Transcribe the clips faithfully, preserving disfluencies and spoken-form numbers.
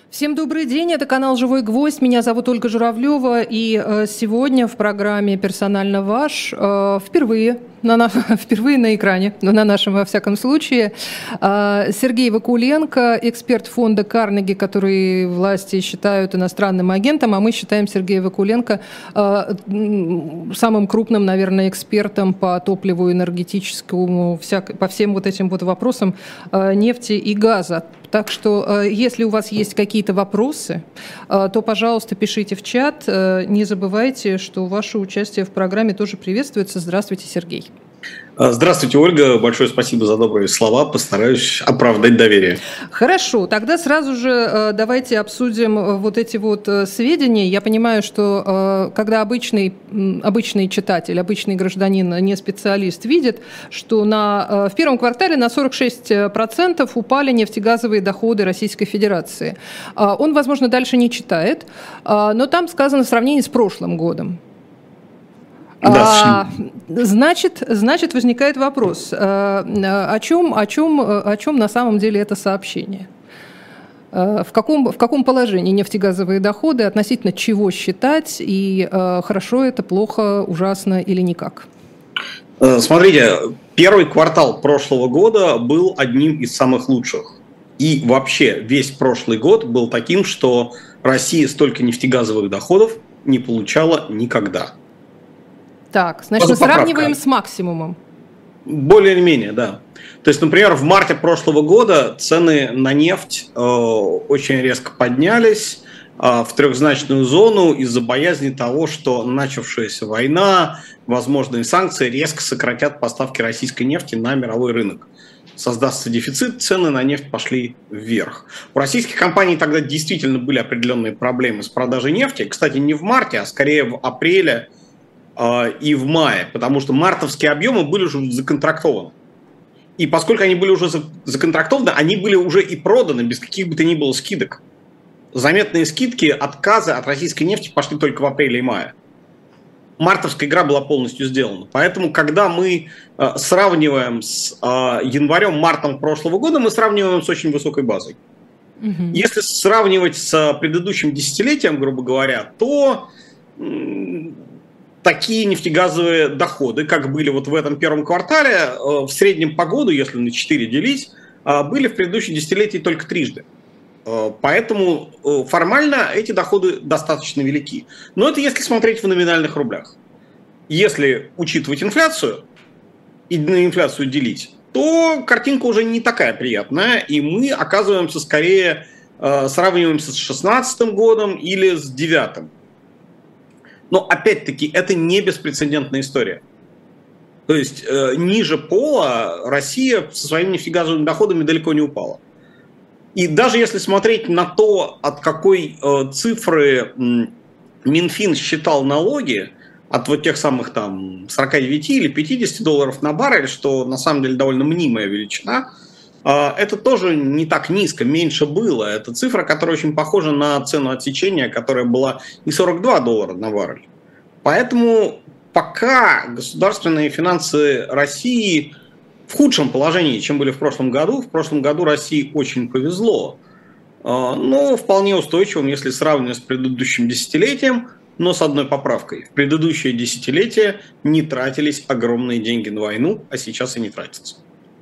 Всем добрый день, это канал «Живой гвоздь», меня зовут Ольга Журавлева, и э, сегодня в программе «Персонально ваш» э, впервые, на, на, впервые на экране, но на нашем, во всяком случае, э, Сергей Вакуленко, эксперт фонда «Карнеги», который власти считают иностранным агентом, а мы считаем Сергея Вакуленко э, самым крупным, наверное, экспертом по топливу энергетическому, всяк, по всем вот этим вот вопросам э, нефти и газа. Так что, если у вас есть какие-то вопросы, то, пожалуйста, пишите в чат. Не забывайте, что ваше участие в программе тоже приветствуется. Здравствуйте, Сергей. Здравствуйте, Ольга. Большое спасибо за добрые слова. Постараюсь оправдать доверие. Хорошо. Тогда сразу же давайте обсудим вот эти вот сведения. Я понимаю, что когда обычный, обычный читатель, обычный гражданин, не специалист, видит, что на, в первом квартале на сорок шесть процентов упали нефтегазовые доходы Российской Федерации. Он, возможно, дальше не читает, но там сказано в сравнении с прошлым годом. Да, а, значит, значит, возникает вопрос, о чем, о чем, о чем на самом деле это сообщение? В каком, в каком положении нефтегазовые доходы, относительно чего считать, и хорошо это, плохо, ужасно или никак? Смотрите, первый квартал прошлого года был одним из самых лучших. И вообще весь прошлый год был таким, что Россия столько нефтегазовых доходов не получала никогда. Так, значит, мы сравниваем с максимумом. Более или менее, да. То есть, например, в марте прошлого года цены на нефть э, очень резко поднялись э, в трехзначную зону из-за боязни того, что начавшаяся война, возможные санкции резко сократят поставки российской нефти на мировой рынок. Создастся дефицит, цены на нефть пошли вверх. У российских компаний тогда действительно были определенные проблемы с продажей нефти. Кстати, не в марте, а скорее в апреле и в мае, потому что мартовские объемы были уже законтрактованы. И поскольку они были уже законтрактованы, они были уже и проданы без каких бы то ни было скидок. Заметные скидки, отказы от российской нефти пошли только в апреле и мае. Мартовская игра была полностью сделана. Поэтому, когда мы э, сравниваем с э, январем-мартом прошлого года, мы сравниваем с очень высокой базой. Угу. Если сравнивать с предыдущим десятилетием, грубо говоря, то м- такие нефтегазовые доходы, как были вот в этом первом квартале, э, в среднем по году, если на четыре делить, э, были в предыдущем десятилетии только трижды. Поэтому формально эти доходы достаточно велики. Но это если смотреть в номинальных рублях. Если учитывать инфляцию и на инфляцию делить, то картинка уже не такая приятная, и мы оказываемся скорее, сравниваемся с шестнадцатым годом или с девятым. Но опять-таки это не беспрецедентная история. То есть ниже пола Россия со своими нефтегазовыми доходами далеко не упала. И даже если смотреть на то, от какой э, цифры м, Минфин считал налоги, от вот тех самых там сорока девяти или пятидесяти долларов на баррель, что на самом деле довольно мнимая величина, э, это тоже не так низко, меньше было. Это цифра, которая очень похожа на цену отсечения, которая была и сорок два доллара на баррель. Поэтому пока государственные финансы России в худшем положении, чем были в прошлом году. В прошлом году России очень повезло, но вполне устойчивым, если сравнивать с предыдущим десятилетием, но с одной поправкой. В предыдущее десятилетие не тратились огромные деньги на войну, а сейчас и не тратятся.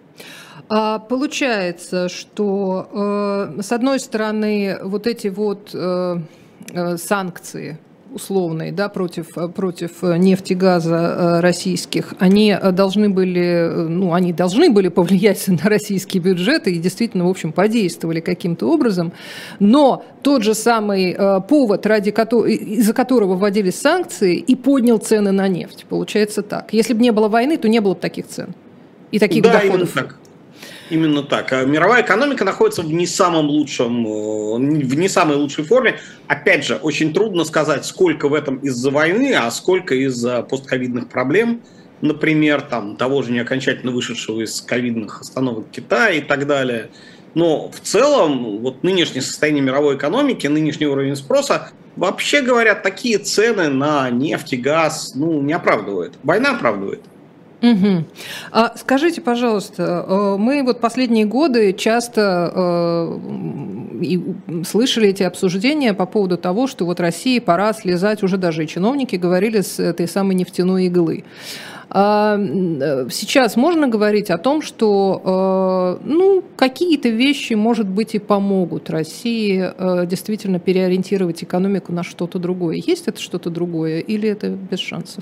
А получается, что э, с одной стороны вот эти вот э, э, санкции условные, да, против, против нефти, газа российских, они должны были, ну, они должны были повлиять на российский бюджет и действительно, в общем, подействовали каким-то образом, но тот же самый повод, ради которого, из-за которого вводились санкции, и поднял цены на нефть. Получается так. Если бы не было войны, то не было бы таких цен и таких да, доходов. Именно так. Именно так. Мировая экономика находится в не самом лучшем, в не самой лучшей форме. Опять же, очень трудно сказать, сколько в этом из-за войны, а сколько из-за постковидных проблем. Например, там, того же не окончательно вышедшего из ковидных остановок Китая и так далее. Но в целом, вот нынешнее состояние мировой экономики, нынешний уровень спроса, вообще говоря, такие цены на нефть и газ, ну, не оправдывает. Война оправдывает. Угу. А скажите, пожалуйста, мы вот последние годы часто э, и слышали эти обсуждения по поводу того, что вот России пора слезать, уже даже и чиновники говорили, с этой самой нефтяной иглы. А сейчас можно говорить о том, что э, ну, какие-то вещи, может быть, и помогут России э, действительно переориентировать экономику на что-то другое. Есть это что-то другое или это без шансов?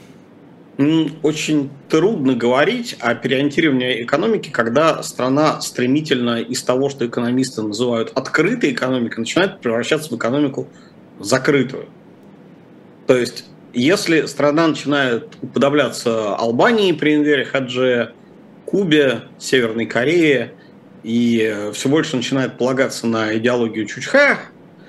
Очень трудно говорить о переориентировании экономики, когда страна стремительно из того, что экономисты называют открытой экономикой, начинает превращаться в экономику закрытую. То есть, если страна начинает уподобляться Албании при Энвере Ходжи, Кубе, Северной Корее и все больше начинает полагаться на идеологию Чучхая,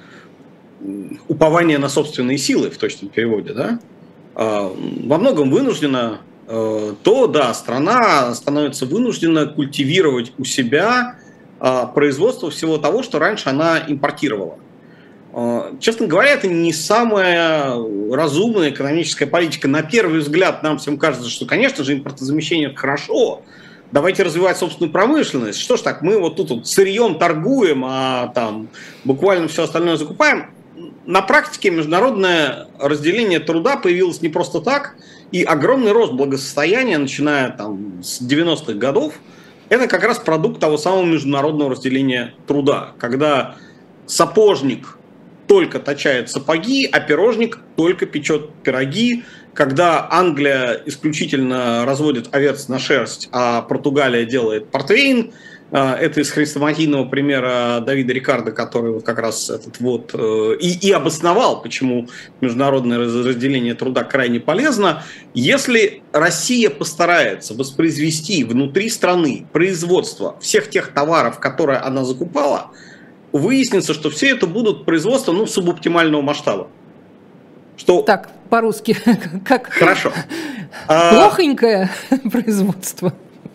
упование на собственные силы в точном переводе, да, во многом вынуждена, то да, страна становится вынуждена культивировать у себя производство всего того, что раньше она импортировала. Честно говоря, это не самая разумная экономическая политика. На первый взгляд нам всем кажется, что, конечно же, импортозамещение – это хорошо. Давайте развивать собственную промышленность. Что ж так, мы вот тут вот сырьем торгуем, а там буквально все остальное закупаем. На практике международное разделение труда появилось не просто так, и огромный рост благосостояния, начиная там, с девяностых годов, это как раз продукт того самого международного разделения труда, когда сапожник только точает сапоги, а пирожник только печет пироги, когда Англия исключительно разводит овец на шерсть, а Португалия делает портвейн. Это из хрестоматийного примера Давида Рикардо, который вот как раз этот вот и, и обосновал, почему международное разделение труда крайне полезно. Если Россия постарается воспроизвести внутри страны производство всех тех товаров, которые она закупала, выяснится, что все это будут производства ну, субоптимального масштаба. Что... Так, по-русски. Как... Хорошо. Плохонькое производство.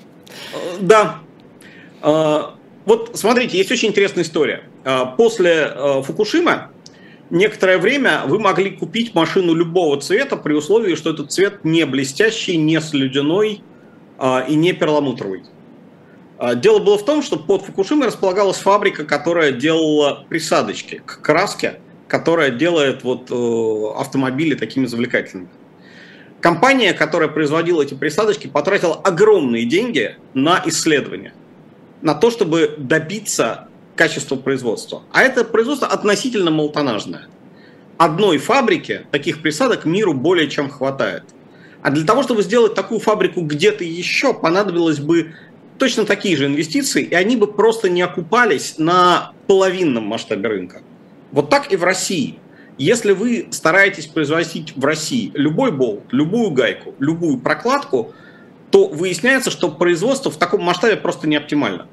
Да. Вот смотрите, есть очень интересная история. После Фукушимы некоторое время вы могли купить машину любого цвета при условии, что этот цвет не блестящий, не слюдяной и не перламутровый. Дело было в том, что под Фукушимой располагалась фабрика, которая делала присадочки к краске, которая делает вот автомобили такими завлекательными. Компания, которая производила эти присадочки, потратила огромные деньги на исследования, на то, чтобы добиться качества производства. А это производство относительно малотоннажное. Одной фабрики таких присадок миру более чем хватает. А для того, чтобы сделать такую фабрику где-то еще, понадобилось бы точно такие же инвестиции, и они бы просто не окупались на половинном масштабе рынка. Вот так и в России. Если вы стараетесь производить в России любой болт, любую гайку, любую прокладку, то выясняется, что производство в таком масштабе просто не оптимально.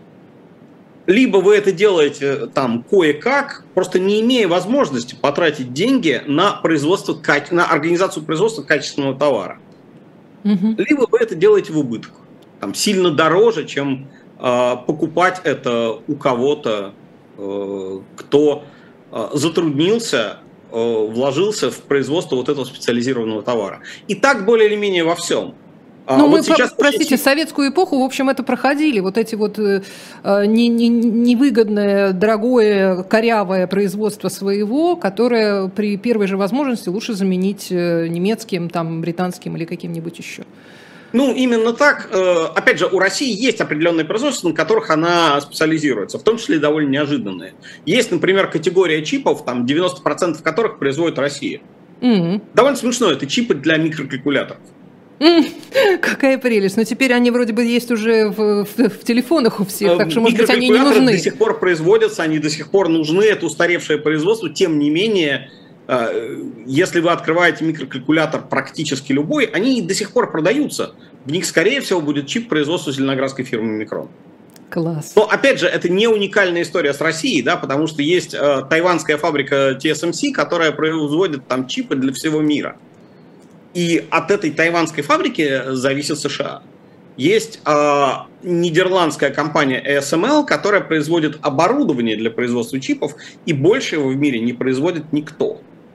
Либо вы это делаете там кое-как, просто не имея возможности потратить деньги на производство, на организацию производства качественного товара. Угу. Либо вы это делаете в убыток. Там, сильно дороже, чем э, покупать это у кого-то, э, кто э, затруднился, э, вложился в производство вот этого специализированного товара. И так более или менее во всем. Ну, вот мы, сейчас... про, простите, советскую эпоху, в общем, это проходили. Вот эти вот э, не, не, невыгодное, дорогое, корявое производство своего, которое при первой же возможности лучше заменить немецким, там, британским или каким-нибудь еще. Ну, именно так. Опять же, у России есть определенные производства, на которых она специализируется, в том числе и довольно неожиданные. Есть, например, категория чипов, там девяносто процентов которых производит Россия. Mm-hmm. Довольно смешно, это чипы для микрокалькуляторов. Mm, какая прелесть. Но теперь они вроде бы есть уже в, в, в телефонах у всех, так что, может быть, они не нужны. До сих пор производятся, они до сих пор нужны, это устаревшее производство, тем не менее... Если вы открываете микрокалькулятор практически любой, они до сих пор продаются. В них, скорее всего, будет чип производства зеленоградской фирмы Микрон. Класс. Но, опять же, это не уникальная история с Россией, да, потому что есть э, тайванская фабрика ти эс эм си, которая производит там чипы для всего мира. И от этой тайванской фабрики зависит США. Есть э, нидерландская компания эй эс эм эл, которая производит оборудование для производства чипов, и больше его в мире не производит никто.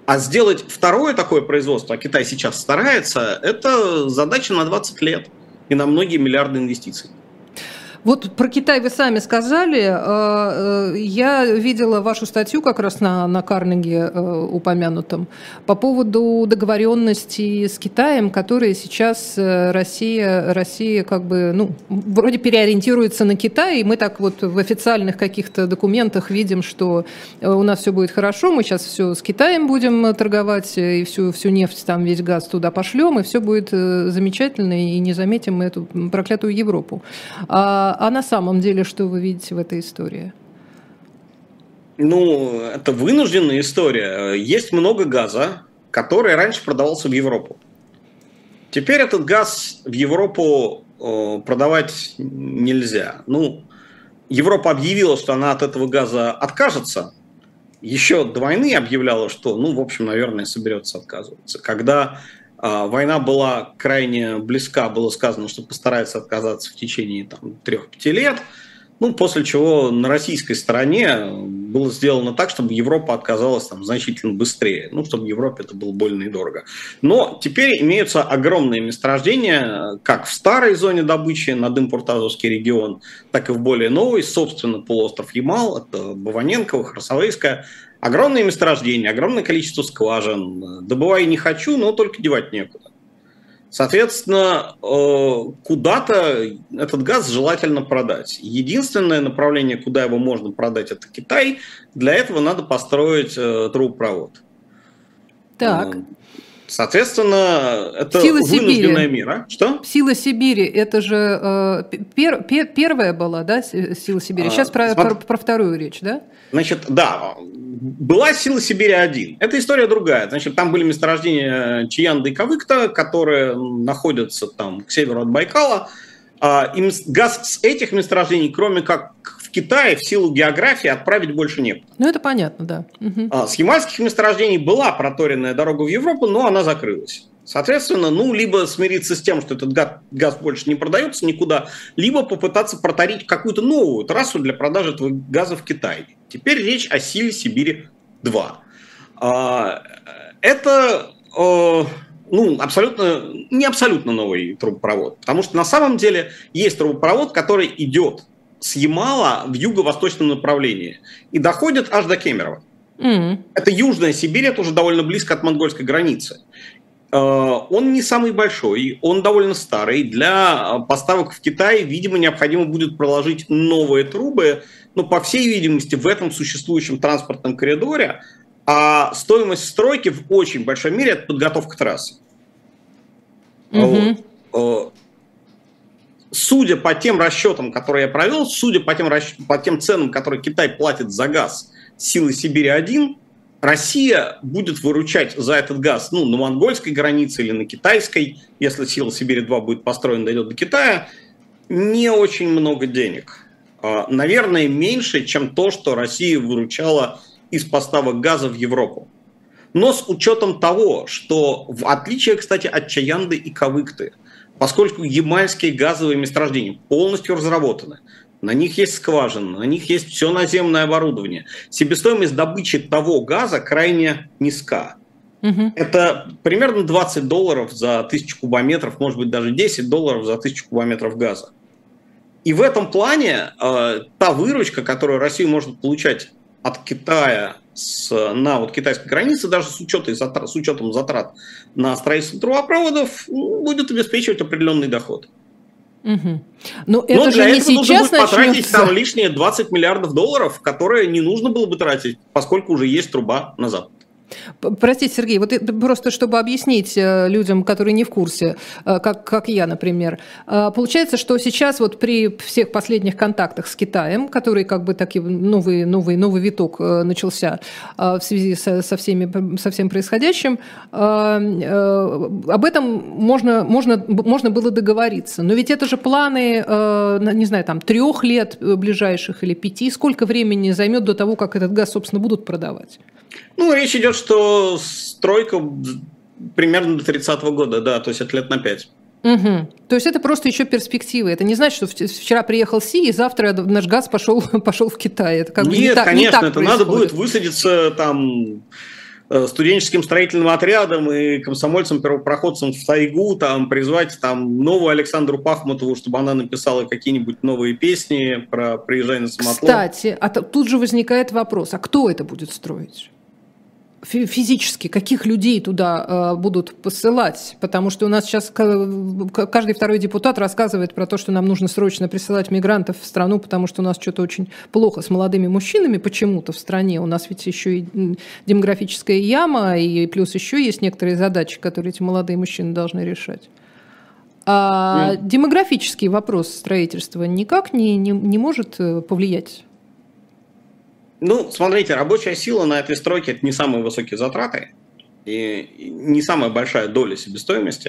А сделать второе такое производство, а Китай сейчас старается, это задача на двадцать лет и на многие миллиарды инвестиций. Вот про Китай вы сами сказали. Я видела вашу статью как раз на, на Карнеге упомянутом по поводу договоренности с Китаем, которые сейчас Россия, Россия как бы, ну, вроде переориентируется на Китай, и мы так вот в официальных каких-то документах видим, что у нас все будет хорошо, мы сейчас все с Китаем будем торговать, и всю, всю нефть, там весь газ туда пошлем, и все будет замечательно, и не заметим мы эту проклятую Европу. А на самом деле, что вы видите в этой истории? Ну, это вынужденная история. Есть много газа, который раньше продавался в Европу. Теперь этот газ в Европу э, продавать нельзя. Ну, Европа объявила, что она от этого газа откажется. Еще до войны объявляла, что, ну, в общем, наверное, соберется отказываться. Когда э, война была крайне близка, было сказано, что постарается отказаться в течение там, трех-пяти лет. Ну, после чего на российской стороне было сделано так, чтобы Европа отказалась там, значительно быстрее, ну, чтобы Европе это было больно и дорого. Но теперь имеются огромные месторождения, как в старой зоне добычи, Надым-Пуртазовский регион, так и в более новой, собственно, полуостров Ямал, это Баваненково, Храсовейское. Огромные месторождения, огромное количество скважин. Добывай не хочу, но только девать некуда. Соответственно, куда-то этот газ желательно продать. Единственное направление, куда его можно продать, это Китай. Для этого надо построить трубопровод. Так. Соответственно, это Сила вынужденная Сибири. мера. Что? Сила Сибири, это же э, пер, пер, первая была, да, Сила Сибири? Сейчас а, про, про, про вторую речь, да? Значит, да, была Сила Сибири один. Это история другая. Значит, там были месторождения Чаянда и Кавыкта, которые находятся там к северу от Байкала. И газ с этих месторождений, кроме как в Китае, в силу географии отправить больше некуда. Ну, это понятно, да. Угу. С ямальских месторождений была проторенная дорога в Европу, но она закрылась. Соответственно, ну, либо смириться с тем, что этот газ, газ больше не продается никуда, либо попытаться проторить какую-то новую трассу для продажи этого газа в Китай. Теперь речь о Силе Сибири два. Это... Ну, абсолютно, не абсолютно новый трубопровод, потому что на самом деле есть трубопровод, который идет с Ямала в юго-восточном направлении и доходит аж до Кемерово. Mm-hmm. Это Южная Сибирь, это уже довольно близко от монгольской границы. Он не самый большой, он довольно старый. Для поставок в Китай, видимо, необходимо будет проложить новые трубы, но, по всей видимости, в этом существующем транспортном коридоре. А стоимость стройки в очень большой мере – это подготовка трассы. Угу. Судя по тем расчетам, которые я провел, судя по тем, по тем ценам, которые Китай платит за газ Силы Сибири один, Россия будет выручать за этот газ ну, на монгольской границе или на китайской, если Сила Сибири два будет построена, дойдет до Китая, не очень много денег. Наверное, меньше, чем то, что Россия выручала из поставок газа в Европу. Но с учетом того, что в отличие, кстати, от Чаянды и Кавыкты, поскольку ямальские газовые месторождения полностью разработаны, на них есть скважины, на них есть все наземное оборудование, себестоимость добычи того газа крайне низка. Угу. Это примерно двадцать долларов за тысячу кубометров, может быть даже десять долларов за тысячу кубометров газа. И в этом плане э, та выручка, которую Россия может получать от Китая с, на вот китайской границе, даже с учетом, с учетом затрат на строительство трубопроводов, будет обеспечивать определенный доход. Угу. Но, это Но же для не этого нужно будет потратить начнется... там лишние двадцать миллиардов долларов, которые не нужно было бы тратить, поскольку уже есть труба на запад. Простите, Сергей, вот просто чтобы объяснить людям, которые не в курсе, как, как я, например, получается, что сейчас вот при всех последних контактах с Китаем, который как бы такой новый, новый, новый виток начался в связи со, со, всеми, со всем происходящим, об этом можно, можно, можно было договориться. Но ведь это же планы, не знаю, там, трех лет ближайших или пяти. Сколько времени займет до того, как этот газ, собственно, будут продавать? Ну, речь идет, что стройка примерно до тридцатого года, да, то есть это лет на пять. Угу. То есть это просто еще перспективы. Это не значит, что вчера приехал Си, и завтра наш газ пошел, пошел в Китай. Это как Нет, бы не так, конечно, не так это происходит. Надо будет высадиться там студенческим строительным отрядам и комсомольцам-первопроходцам в тайгу, там, призвать там, новую Александру Пахмутову, чтобы она написала какие-нибудь новые песни про «Приезжай на самотлор». Кстати, а тут же возникает вопрос, а кто это будет строить? Физически, каких людей туда э, будут посылать? Потому что у нас сейчас каждый второй депутат рассказывает про то, что нам нужно срочно присылать мигрантов в страну, потому что у нас что-то очень плохо с молодыми мужчинами почему-то в стране. У нас ведь еще и демографическая яма, и плюс еще есть некоторые задачи, которые эти молодые мужчины должны решать. А mm. демографический вопрос строительства никак не, не, не может повлиять? Ну, смотрите, рабочая сила на этой стройке – это не самые высокие затраты и не самая большая доля себестоимости.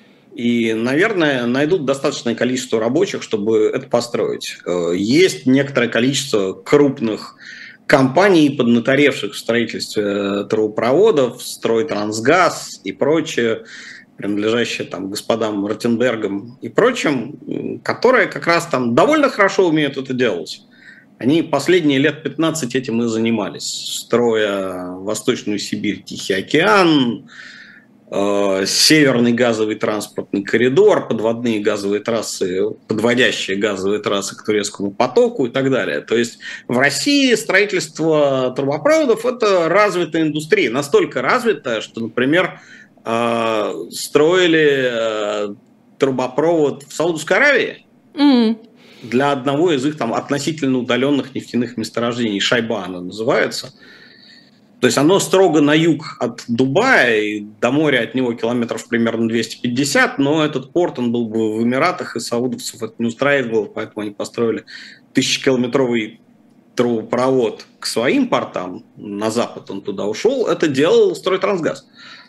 И, наверное, найдут достаточное количество рабочих, чтобы это построить. Есть некоторое количество крупных компаний, поднаторевших в строительстве трубопроводов, Стройтрансгаз и прочее, принадлежащие там господам Ротенбергам и прочим, которые как раз там довольно хорошо умеют это делать. Они последние лет пятнадцать этим и занимались, строя Восточную Сибирь, Тихий океан, э, северный газовый транспортный коридор, подводные газовые трассы, подводящие газовые трассы к турецкому потоку и так далее. То есть в России строительство трубопроводов – это развитая индустрия, настолько развитая, что, например, э, строили э, трубопровод в Саудовской Аравии. Mm. Для одного из их там относительно удаленных нефтяных месторождений, Шайба оно называется. То есть оно строго на юг от Дубая, и до моря от него километров примерно двести пятьдесят, но этот порт, он был бы в Эмиратах, и саудовцев это не устраивало, поэтому они построили тысячекилометровый трубопровод к своим портам, на запад он туда ушел, это делал Стройтрансгаз.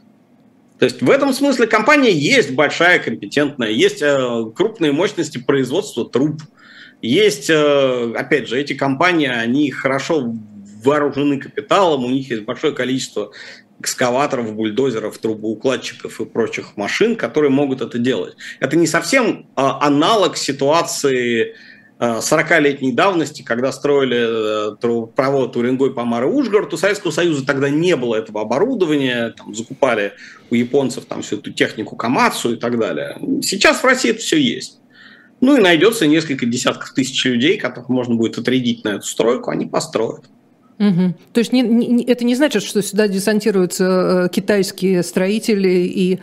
То есть в этом смысле компания есть большая, компетентная, есть э, крупные мощности производства труб, есть, э, опять же, эти компании, они хорошо вооружены капиталом, у них есть большое количество экскаваторов, бульдозеров, трубоукладчиков и прочих машин, которые могут это делать. Это не совсем э, аналог ситуации сорокалетней давности, когда строили трубопровод Уренгой-Помара-Ужгород, у Советского Союза тогда не было этого оборудования, там, закупали у японцев там, всю эту технику Камацу и так далее. Сейчас в России это все есть. Ну и найдется несколько десятков тысяч людей, которых можно будет отрядить на эту стройку, они построят. Угу. То есть не, не, это не значит, что сюда десантируются китайские строители и,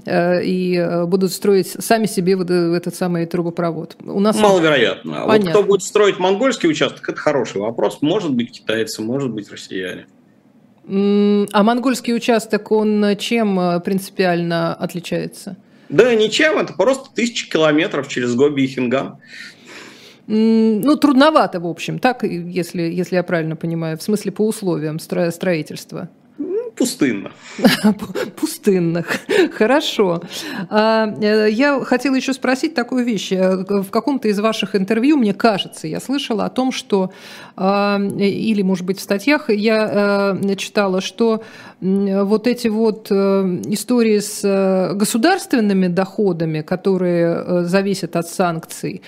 и будут строить сами себе вот этот самый трубопровод? У нас маловероятно. Вот кто будет строить монгольский участок, это хороший вопрос. Может быть китайцы, может быть россияне. А монгольский участок, он чем принципиально отличается? Да ничем, это просто тысячи километров через Гоби и Хинган. Ну, трудновато, в общем, так, если, если я правильно понимаю, в смысле по условиям стро- строительства. Пустынно. Пустынно. Хорошо. Я хотела еще спросить такую вещь. В каком-то из ваших интервью, мне кажется, я слышала о том, что, или, может быть, в статьях я читала, что вот эти вот истории с государственными доходами, которые зависят от санкций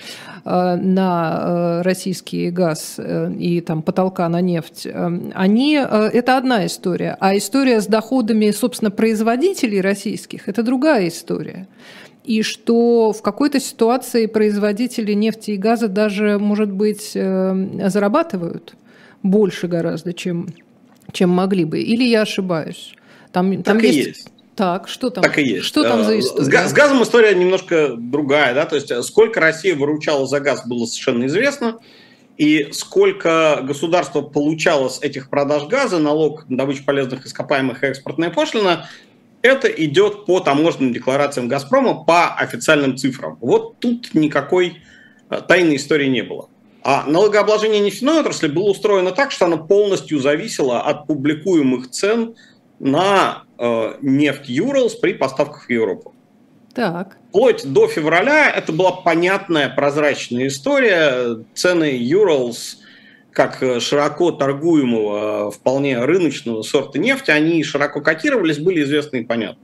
на российский газ и там потолка на нефть, они, это одна история, а история с доходами, собственно, производителей российских – это другая история. И что в какой-то ситуации производители нефти и газа даже, может быть, зарабатывают больше гораздо, чем, чем могли бы. Или я ошибаюсь? Там, там так есть... и есть. Так, что там? Так и есть. Что там за история? С газом история немножко другая, да, то есть сколько Россия выручала за газ, было совершенно известно, и сколько государство получало с этих продаж газа, налог на добычу полезных ископаемых и экспортная пошлина, это идет по таможенным декларациям «Газпрома», по официальным цифрам. Вот тут никакой тайной истории не было. А налогообложение нефтяной отрасли было устроено так, что оно полностью зависело от публикуемых цен на э, нефть Юралс при поставках в Европу. Так. Вплоть до февраля это была понятная, прозрачная история. Цены Юралс, как широко торгуемого, вполне рыночного сорта нефти, они широко котировались, были известны и понятны.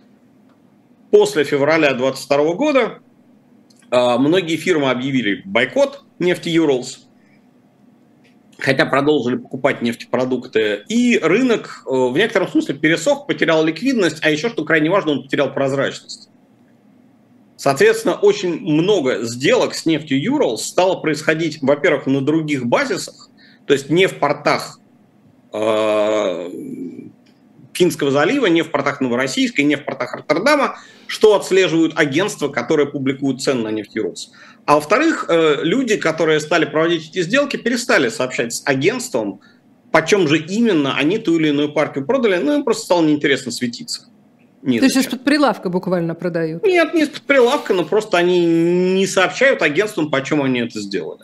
После февраля две тысячи двадцать второго года э, многие фирмы объявили бойкот нефти Юралс. хотя продолжили покупать нефтепродукты, и рынок в некотором смысле пересох, потерял ликвидность, а еще, что крайне важно, он потерял прозрачность. Соответственно, очень много сделок с нефтью Urals стало происходить, во-первых, на других базисах, то есть не в портах э, Финского залива, не в портах Новороссийска, не в портах Роттердама, что отслеживают агентства, которые публикуют цены на нефть Urals. А во-вторых, э, люди, которые стали проводить эти сделки, перестали сообщать с агентством, почем же именно они ту или иную партию продали, ну им просто стало неинтересно светиться. Нет, то есть из-под прилавка буквально продают? Нет, не из-под прилавка, но просто они не сообщают агентствам, почем они это сделали.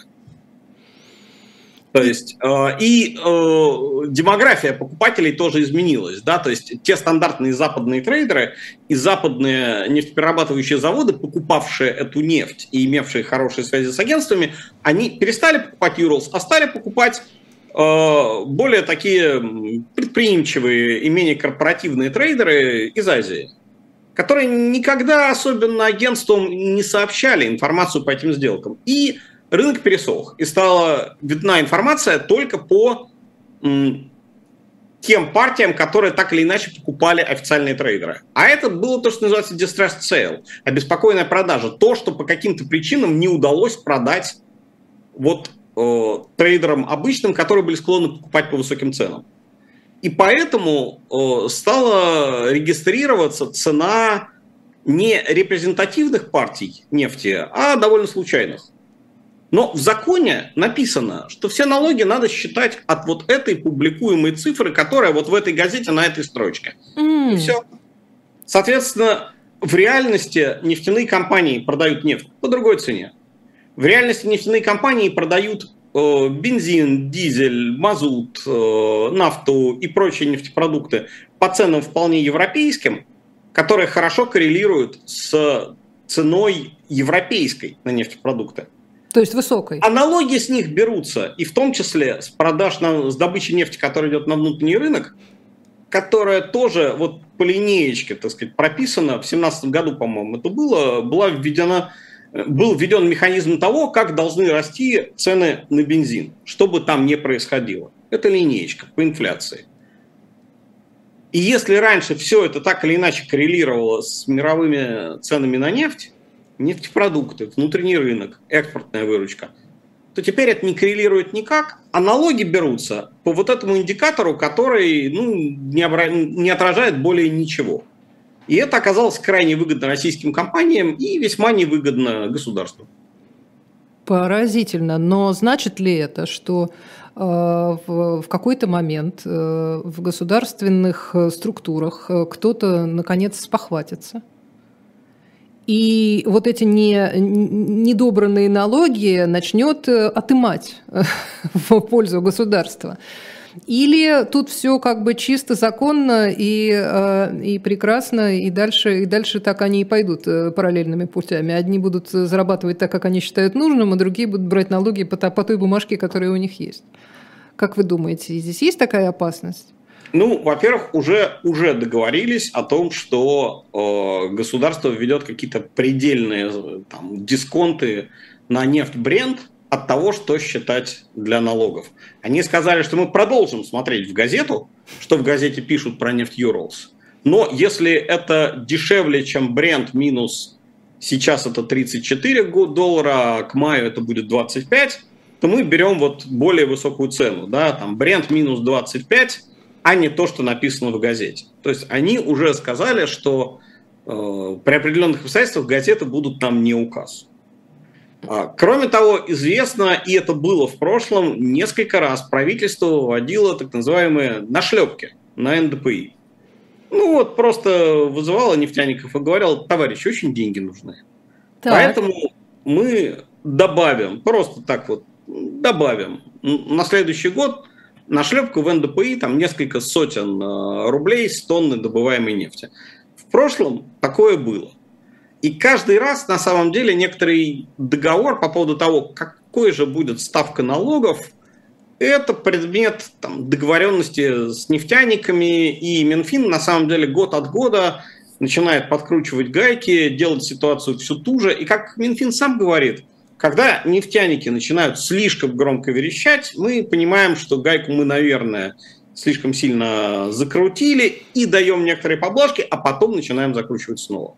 То есть э, и э, демография покупателей тоже изменилась, да, то есть те стандартные западные трейдеры и западные нефтеперерабатывающие заводы, покупавшие эту нефть и имевшие хорошие связи с агентствами, они перестали покупать Urals, а стали покупать э, более такие предприимчивые и менее корпоративные трейдеры из Азии, которые никогда особенно агентствам не сообщали информацию по этим сделкам. И рынок пересох, и стала видна информация только по м, тем партиям, которые так или иначе покупали официальные трейдеры. А это было то, что называется distressed sale, обеспокоенная продажа. То, что по каким-то причинам не удалось продать вот, э, трейдерам обычным, которые были склонны покупать по высоким ценам. И поэтому э, стала регистрироваться цена не репрезентативных партий нефти, а довольно случайных. Но в законе написано, что все налоги надо считать от вот этой публикуемой цифры, которая вот в этой газете на этой строчке. Mm. И все. Соответственно, в реальности нефтяные компании продают нефть по другой цене. В реальности нефтяные компании продают э, бензин, дизель, мазут, э, нафту и прочие нефтепродукты по ценам вполне европейским, которые хорошо коррелируют с ценой европейской на нефтепродукты. То есть высокой. А налоги с них берутся, и в том числе с продаж, на, с добычи нефти, которая идет на внутренний рынок, которая тоже вот по линеечке, так сказать, прописана. В две тысячи семнадцатом году, по-моему, это было, была введена, был введен механизм того, как должны расти цены на бензин, что бы там ни происходило. Это линеечка по инфляции. И если раньше все это так или иначе коррелировало с мировыми ценами на нефть, нефтепродукты, внутренний рынок, экспортная выручка, то теперь это не коррелирует никак, а налоги берутся по вот этому индикатору, который ну, не, обра... не отражает более ничего. И это оказалось крайне выгодно российским компаниям и весьма невыгодно государству. Поразительно. Но значит ли это, что э, в, в какой-то момент э, в государственных структурах кто-то наконец спохватится? И вот эти не, недобранные налоги начнет отымать в пользу государства. Или тут все как бы чисто законно и, и прекрасно, и дальше, и дальше так они и пойдут параллельными путями. Одни будут зарабатывать так, как они считают нужным, а другие будут брать налоги по, по той бумажке, которая у них есть. Как вы думаете, здесь есть такая опасность? Ну, во-первых, уже, уже договорились о том, что э, государство введет какие-то предельные там, дисконты на нефть Brent от того, что считать для налогов. Они сказали, что мы продолжим смотреть в газету, что в газете пишут про нефть Urals. Но если это дешевле, чем Brent минус сейчас это тридцать четыре доллара, а к маю это будет двадцать пять, то мы берем вот более высокую цену. Да? Там Brent минус двадцать пять, а не то, что написано в газете. То есть они уже сказали, что э, при определенных обстоятельствах газеты будут там не указ. А, кроме того, известно, и это было в прошлом, несколько раз правительство вводило так называемые нашлепки на эн дэ пэ и. Ну вот просто вызывало нефтяников и говорило: товарищи, очень деньги нужны. Так. Поэтому мы добавим, просто так вот добавим на следующий год нашлепку в эн дэ пэ и там несколько сотен рублей с тонны добываемой нефти. В прошлом такое было. И каждый раз на самом деле некоторый договор по поводу того, какой же будет ставка налогов, это предмет там, договоренности с нефтяниками, и Минфин на самом деле год от года начинает подкручивать гайки, делать ситуацию все туже. И как Минфин сам говорит, когда нефтяники начинают слишком громко верещать, мы понимаем, что гайку мы, наверное, слишком сильно закрутили и даем некоторые поблажки, а потом начинаем закручивать снова.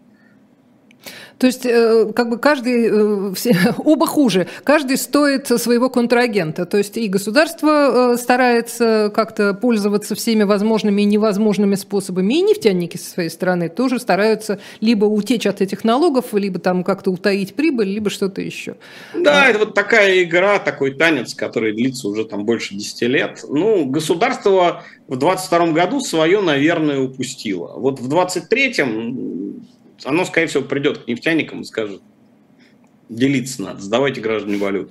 То есть, как бы каждый, оба хуже, каждый стоит своего контрагента. То есть и государство старается как-то пользоваться всеми возможными и невозможными способами, и нефтяники со своей стороны тоже стараются либо утечь от этих налогов, либо там как-то утаить прибыль, либо что-то еще. Да, а... это вот такая игра, такой танец, который длится уже там больше десяти лет. Ну, государство в двадцать втором году свое, наверное, упустило. Вот в двадцать третьем... оно, скорее всего, придет к нефтяникам и скажет: делиться надо, сдавайте граждане валюту.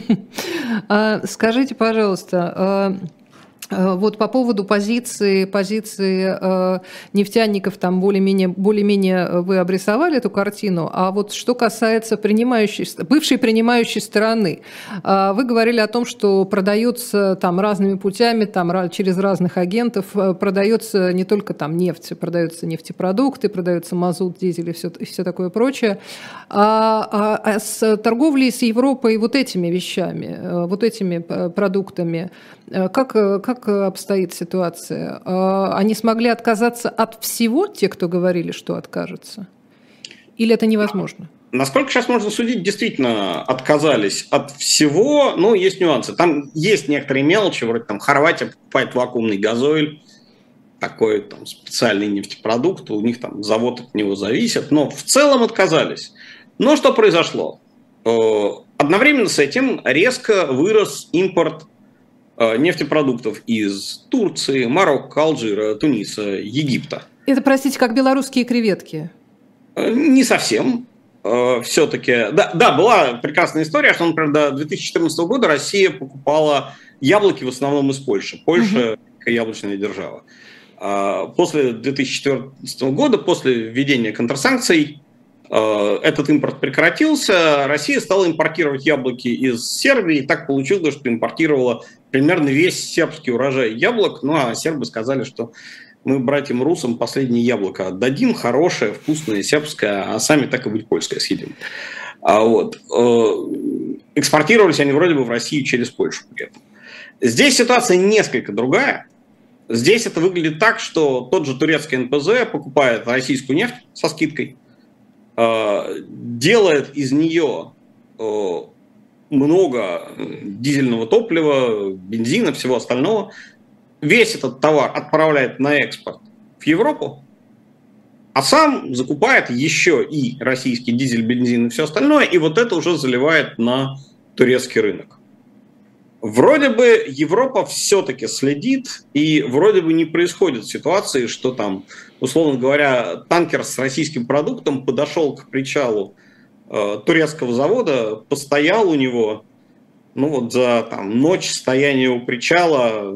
Скажите, пожалуйста, вот по поводу позиции, позиции э, нефтяников, там более-менее, более-менее вы обрисовали эту картину, а вот что касается принимающей, бывшей принимающей стороны, э, вы говорили о том, что продается там разными путями, там через разных агентов, э, продается не только там нефть, продаются нефтепродукты, продается мазут, дизель и все, и все такое прочее, а, а, а с торговлей с Европой вот этими вещами, э, вот этими продуктами, э, как, как обстоит ситуация? Они смогли отказаться от всего, те, кто говорили, что откажутся? Или это невозможно? Насколько сейчас можно судить, действительно отказались от всего, но есть нюансы. Там есть некоторые мелочи, вроде там Хорватия покупает вакуумный газоиль, такой там специальный нефтепродукт, у них там завод от него зависит, но в целом отказались. Но что произошло? Одновременно с этим резко вырос импорт нефтепродуктов из Турции, Марокко, Алжира, Туниса, Египта. Это, простите, как белорусские креветки? Не совсем. Все-таки, да, да, была прекрасная история, что, например, до две тысячи четырнадцатого года Россия покупала яблоки в основном из Польши. Польша – яблочная держава. После две тысячи четырнадцатого года, после введения контрсанкций, этот импорт прекратился, Россия стала импортировать яблоки из Сербии, и так получилось, что импортировала примерно весь сербский урожай яблок, ну а сербы сказали, что мы братьям русам последнее яблоко отдадим, хорошее, вкусное, сербское, а сами так и быть польское съедим. А вот. Экспортировались они вроде бы в Россию через Польшу при этом. Здесь ситуация несколько другая. Здесь это выглядит так, что тот же турецкий эн пэ зэ покупает российскую нефть со скидкой, делает из нее много дизельного топлива, бензина, всего остального. Весь этот товар отправляет на экспорт в Европу, а сам закупает еще и российский дизель, бензин и все остальное, и вот это уже заливает на турецкий рынок. Вроде бы Европа все-таки следит, и вроде бы не происходит ситуации, что там, условно говоря, танкер с российским продуктом подошел к причалу э, турецкого завода, постоял у него, ну вот за там, ночь стояния у причала,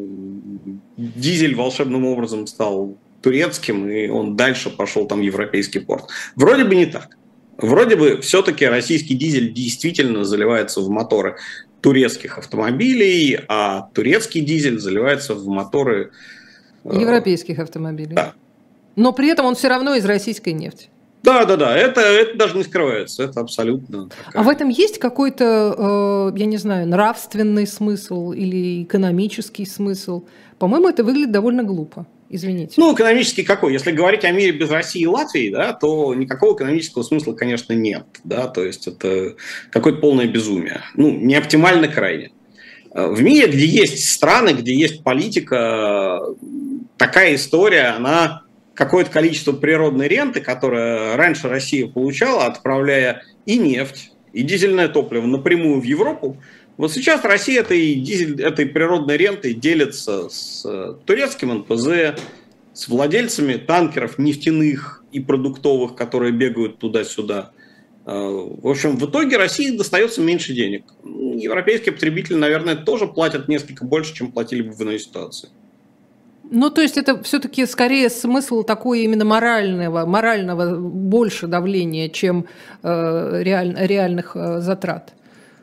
дизель волшебным образом стал турецким, и он дальше пошел там в европейский порт. Вроде бы не так. Вроде бы все-таки российский дизель действительно заливается в моторы турецких автомобилей, а турецкий дизель заливается в моторы европейских автомобилей. Да. Но при этом он все равно из российской нефти. Да, да, да, это, это даже не скрывается, это абсолютно. Такая... А в этом есть какой-то, э, я не знаю, нравственный смысл или экономический смысл? По-моему, это выглядит довольно глупо. Извините. Ну, экономический какой? Если говорить о мире без России и Латвии, да, то никакого экономического смысла, конечно, нет. Да, то есть это какое-то полное безумие. Ну, не оптимально крайне. В мире, где есть страны, где есть политика, такая история, она какое-то количество природной ренты, которое раньше Россия получала, отправляя и нефть, и дизельное топливо напрямую в Европу. Вот сейчас Россия этой, дизель, этой природной рентой делится с турецким эн пэ зэ, с владельцами танкеров нефтяных и продуктовых, которые бегают туда-сюда. В общем, в итоге России достается меньше денег. Европейские потребители, наверное, тоже платят несколько больше, чем платили бы в иной ситуации. Ну, то есть это все-таки скорее смысл такой именно морального, морального больше давления, чем э, реаль, реальных э, затрат.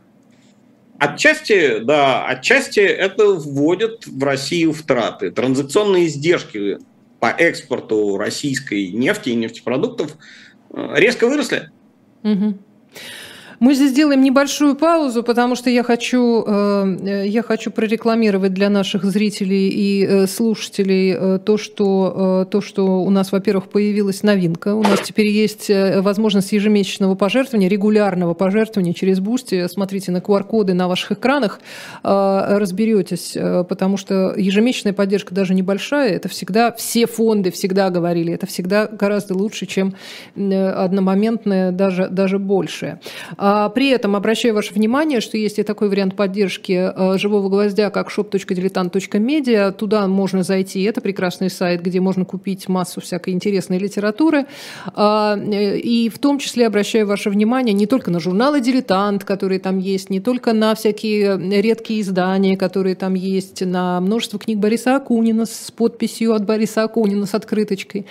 Отчасти, да, отчасти это вводит в Россию в траты. Транзакционные издержки по экспорту российской нефти и нефтепродуктов резко выросли. Угу. Мы здесь сделаем небольшую паузу, потому что я хочу, я хочу прорекламировать для наших зрителей и слушателей то, что, то, что у нас, во-первых, появилась новинка. У нас теперь есть возможность ежемесячного пожертвования, регулярного пожертвования через Boosty. Смотрите на ку ар-коды на ваших экранах, разберетесь, потому что ежемесячная поддержка даже небольшая, это всегда, все фонды всегда говорили, это всегда гораздо лучше, чем одномоментная, даже, даже большая. При этом обращаю ваше внимание, что есть и такой вариант поддержки «Живого гвоздя», как шоп точка дилетант точка медиа. Туда можно зайти. Это прекрасный сайт, где можно купить массу всякой интересной литературы. И в том числе обращаю ваше внимание не только на журналы «Дилетант», которые там есть, не только на всякие редкие издания, которые там есть, на множество книг Бориса Акунина с подписью от Бориса Акунина, с открыточкой.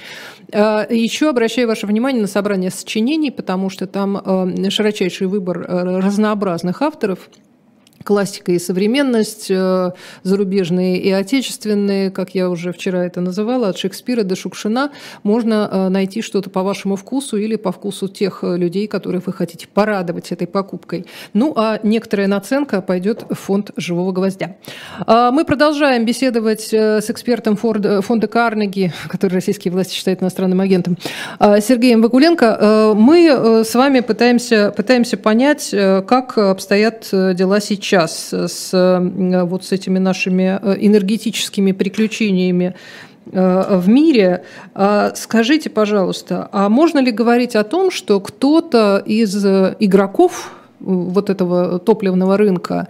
Еще обращаю ваше внимание на собрание сочинений, потому что там широчайший выбор разнообразных авторов. Классика и современность, зарубежные и отечественные, как я уже вчера это называла, от Шекспира до Шукшина, можно найти что-то по вашему вкусу или по вкусу тех людей, которых вы хотите порадовать этой покупкой. Ну, а некоторая наценка пойдет в фонд «Живого гвоздя». Мы продолжаем беседовать с экспертом фонда Карнеги, который российские власти считают иностранным агентом, Сергеем Вакуленко. Мы с вами пытаемся, пытаемся понять, как обстоят дела сейчас. Сейчас с, вот с этими нашими энергетическими приключениями в мире. Скажите, пожалуйста, а можно ли говорить о том, что кто-то из игроков вот этого топливного рынка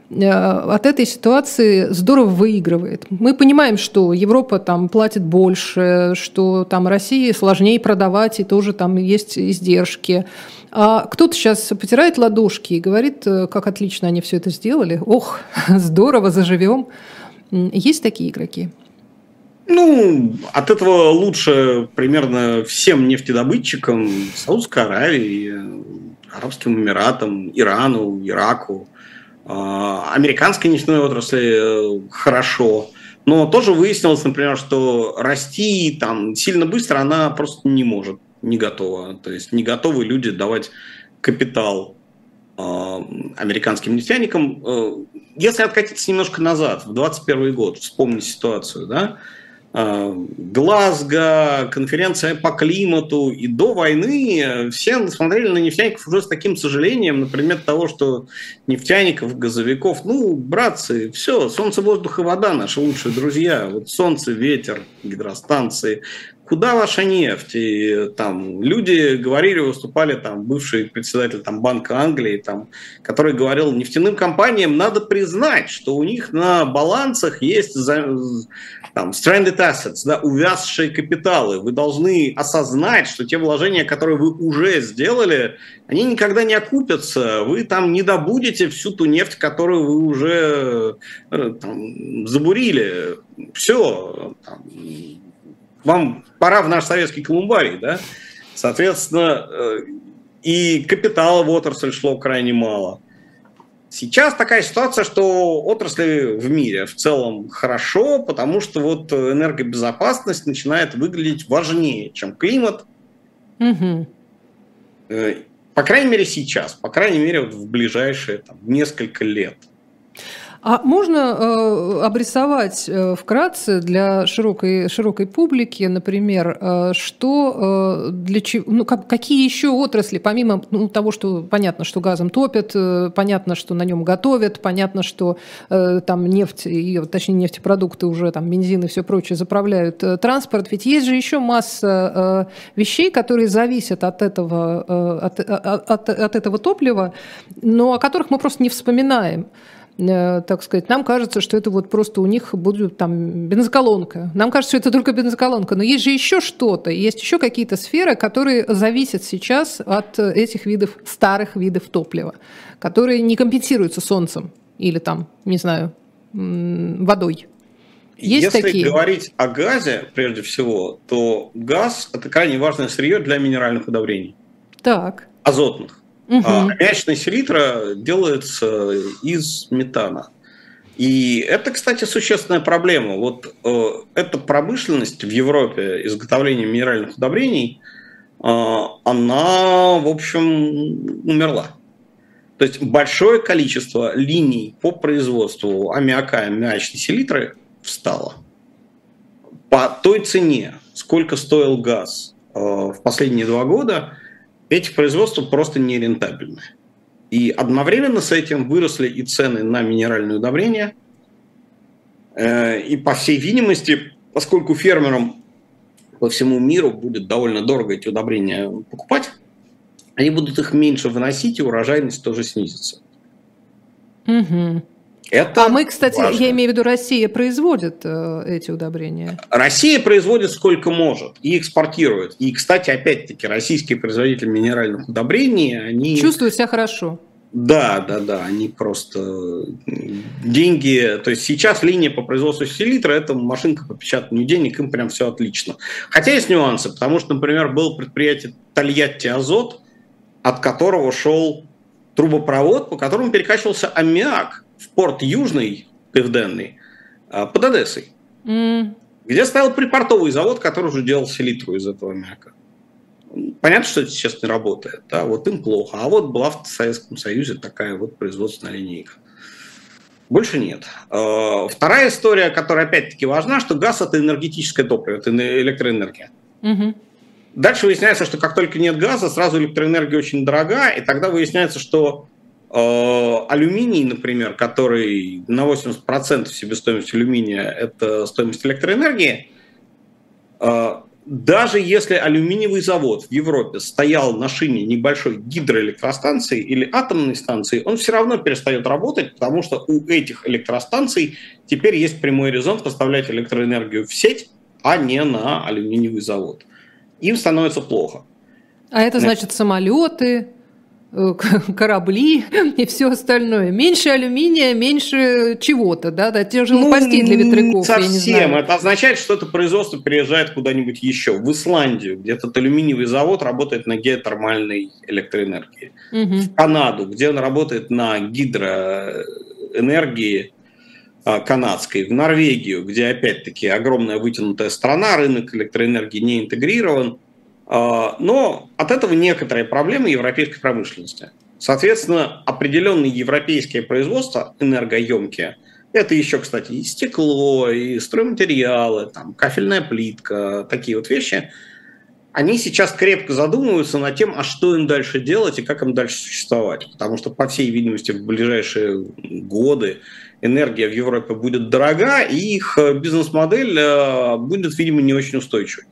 от этой ситуации здорово выигрывает? Мы понимаем, что Европа там платит больше, что там России сложнее продавать, и тоже там есть издержки. А кто-то сейчас потирает ладошки и говорит, как отлично они все это сделали. Ох, здорово, заживем. Есть такие игроки? Ну, от этого лучше примерно всем нефтедобытчикам, Саудовской Аравии, Арабским Эмиратам, Ирану, Ираку, американской нефтяной отрасли хорошо. Но тоже выяснилось, например, что расти там сильно быстро она просто не может. Не готова. То есть не готовы люди давать капитал э, американским нефтяникам. Э, если откатиться немножко назад, в двадцать первый год, вспомнить ситуацию, да, э, Глазго, конференция по климату, и до войны все смотрели на нефтяников уже с таким сожалением, например, того, что нефтяников, газовиков, ну, братцы, все, солнце, воздух и вода наши лучшие друзья. Вот солнце, ветер, гидростанции. Куда ваша нефть? И там люди говорили, выступали там бывший председатель там, Банка Англии, там, который говорил, нефтяным компаниям надо признать, что у них на балансах есть там, stranded assets, да, увязшие капиталы. Вы должны осознать, что те вложения, которые вы уже сделали, они никогда не окупятся. Вы там не добудете всю ту нефть, которую вы уже там, забурили. Все. Там, вам пора в наш советский колумбарий, да? Соответственно, и капитала в отрасль шло крайне мало. Сейчас такая ситуация, что отрасли в мире в целом хорошо, потому что вот энергобезопасность начинает выглядеть важнее, чем климат. Угу. По крайней мере сейчас, по крайней мере вот в ближайшие там, несколько лет. А можно э, обрисовать э, вкратце для широкой, широкой публики, например, э, что э, для чего, ну, как, какие еще отрасли, помимо ну, того, что понятно, что газом топят, э, понятно, что на нем готовят, понятно, что э, там нефть, и, точнее нефтепродукты уже, там бензин и все прочее заправляют э, транспорт, ведь есть же еще масса э, вещей, которые зависят от этого, э, от, от, от, от этого топлива, но о которых мы просто не вспоминаем. Так сказать, нам кажется, что это вот просто у них будет там бензоколонка. Нам кажется, что это только бензоколонка. Но есть же еще что-то, есть еще какие-то сферы, которые зависят сейчас от этих видов, старых видов топлива, которые не компенсируются солнцем или там, не знаю, водой. Есть Если такие? говорить о газе, прежде всего, то газ – это крайне важное сырье для минеральных удобрений. Так. Азотных. Угу. Аммиачная селитра делается из метана. И это, кстати, существенная проблема. Вот э, эта промышленность в Европе изготовления минеральных удобрений, э, она, в общем, умерла. То есть большое количество линий по производству аммиака и аммиачной селитры встало. По той цене, сколько стоил газ э, в последние два года, эти производства просто нерентабельны. И одновременно с этим выросли и цены на минеральные удобрения. Э, и по всей видимости, поскольку фермерам по всему миру будет довольно дорого эти удобрения покупать, они будут их меньше выносить, и урожайность тоже снизится. Угу. Это а мы, кстати, важно. Я имею в виду, Россия производит э, эти удобрения? Россия производит сколько может и экспортирует. И, кстати, опять-таки, российские производители минеральных удобрений, они... Чувствуют себя хорошо. Да, да, да, они просто деньги... То есть сейчас линия по производству селитры – это машинка по печатанию денег, им прям все отлично. Хотя есть нюансы, потому что, например, было предприятие Тольятти Азот, от которого шел трубопровод, по которому перекачивался аммиак в порт Южный, Південний, под Одессой, mm. где стоял припортовый завод, который уже делал селитру из этого аммиака. Понятно, что это сейчас не работает, да, вот им плохо. А вот была в Советском Союзе такая вот производственная линейка. Больше нет. Вторая история, которая опять-таки важна, что газ – это энергетическое топливо, это электроэнергия. Mm-hmm. Дальше выясняется, что как только нет газа, сразу электроэнергия очень дорога, и тогда выясняется, что алюминий, например, который на восемьдесят процентов себестоимости алюминия – это стоимость электроэнергии, даже если алюминиевый завод в Европе стоял на шине небольшой гидроэлектростанции или атомной станции, он все равно перестает работать, потому что у этих электростанций теперь есть прямой резон поставлять электроэнергию в сеть, а не на алюминиевый завод. Им становится плохо. А это значит самолеты, корабли и все остальное. Меньше алюминия, меньше чего-то, да, да, те же лопастей ну, для ветряков. Совсем. Я не знаю. Это означает, что это производство переезжает куда-нибудь еще. В Исландию, где этот алюминиевый завод работает на геотермальной электроэнергии. Угу. В Канаду, где он работает на гидроэнергии канадской. В Норвегию, где опять-таки огромная вытянутая страна, рынок электроэнергии не интегрирован. Но от этого некоторые проблемы европейской промышленности. Соответственно, определенные европейские производства энергоемкие, это еще, кстати, и стекло, и стройматериалы, там, кафельная плитка, такие вот вещи, они сейчас крепко задумываются над тем, а что им дальше делать и как им дальше существовать. Потому что, по всей видимости, в ближайшие годы энергия в Европе будет дорога, и их бизнес-модель будет, видимо, не очень устойчивой.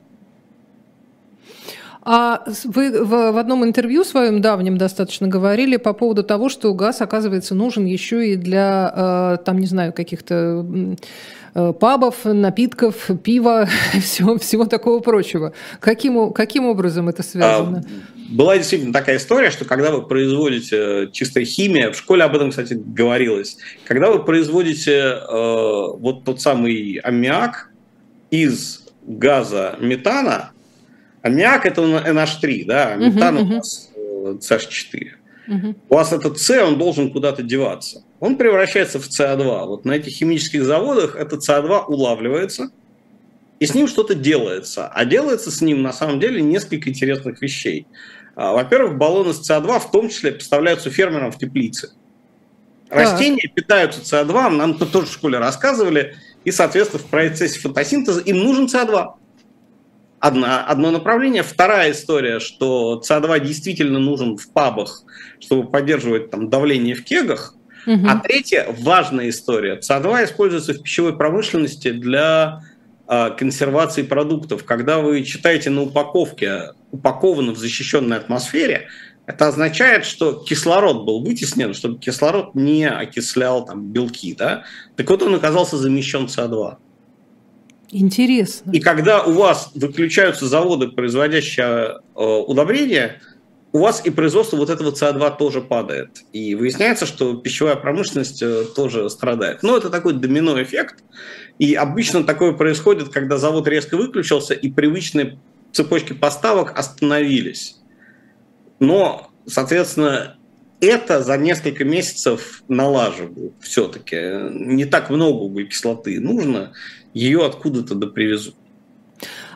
А вы в одном интервью своем давнем достаточно говорили по поводу того, что газ, оказывается, нужен еще и для, там, не знаю, каких-то пабов, напитков, пива, всего, всего такого прочего. Каким, каким образом это связано? Была действительно такая история, что когда вы производите чистая химия, в школе об этом, кстати, говорилось, когда вы производите э, вот тот самый аммиак из газа метана, аммиак это эн эйч три, да, а метан uh-huh, uh-huh. у вас си эйч четыре. Uh-huh. У вас этот С, он должен куда-то деваться. Он превращается в С О два. Вот на этих химических заводах этот С О два улавливается, и с ним что-то делается. А делается с ним, на самом деле, несколько интересных вещей. Во-первых, баллоны с С О два в том числе поставляются фермерам в теплицы. Растения так. питаются С О два, нам тут тоже в школе рассказывали, и, соответственно, в процессе фотосинтеза им нужен С О два. Одна, одно направление. Вторая история, что С О два действительно нужен в пабах, чтобы поддерживать там давление в кегах. Угу. А третья важная история. С О два используется в пищевой промышленности для э, консервации продуктов. Когда вы читаете на упаковке «упаковано в защищенной атмосфере», это означает, что кислород был вытеснен, чтобы кислород не окислял там, белки. Да? Так вот он оказался замещен С О два. Интересно. И когда у вас выключаются заводы, производящие э, удобрения, у вас и производство вот этого С О два тоже падает. И выясняется, что пищевая промышленность э, тоже страдает. Но это такой домино-эффект. И обычно такое происходит, когда завод резко выключился, и привычные цепочки поставок остановились. Но, соответственно, это за несколько месяцев налаживают все-таки. Не так много углекислоты нужно, ее откуда-то допривезут.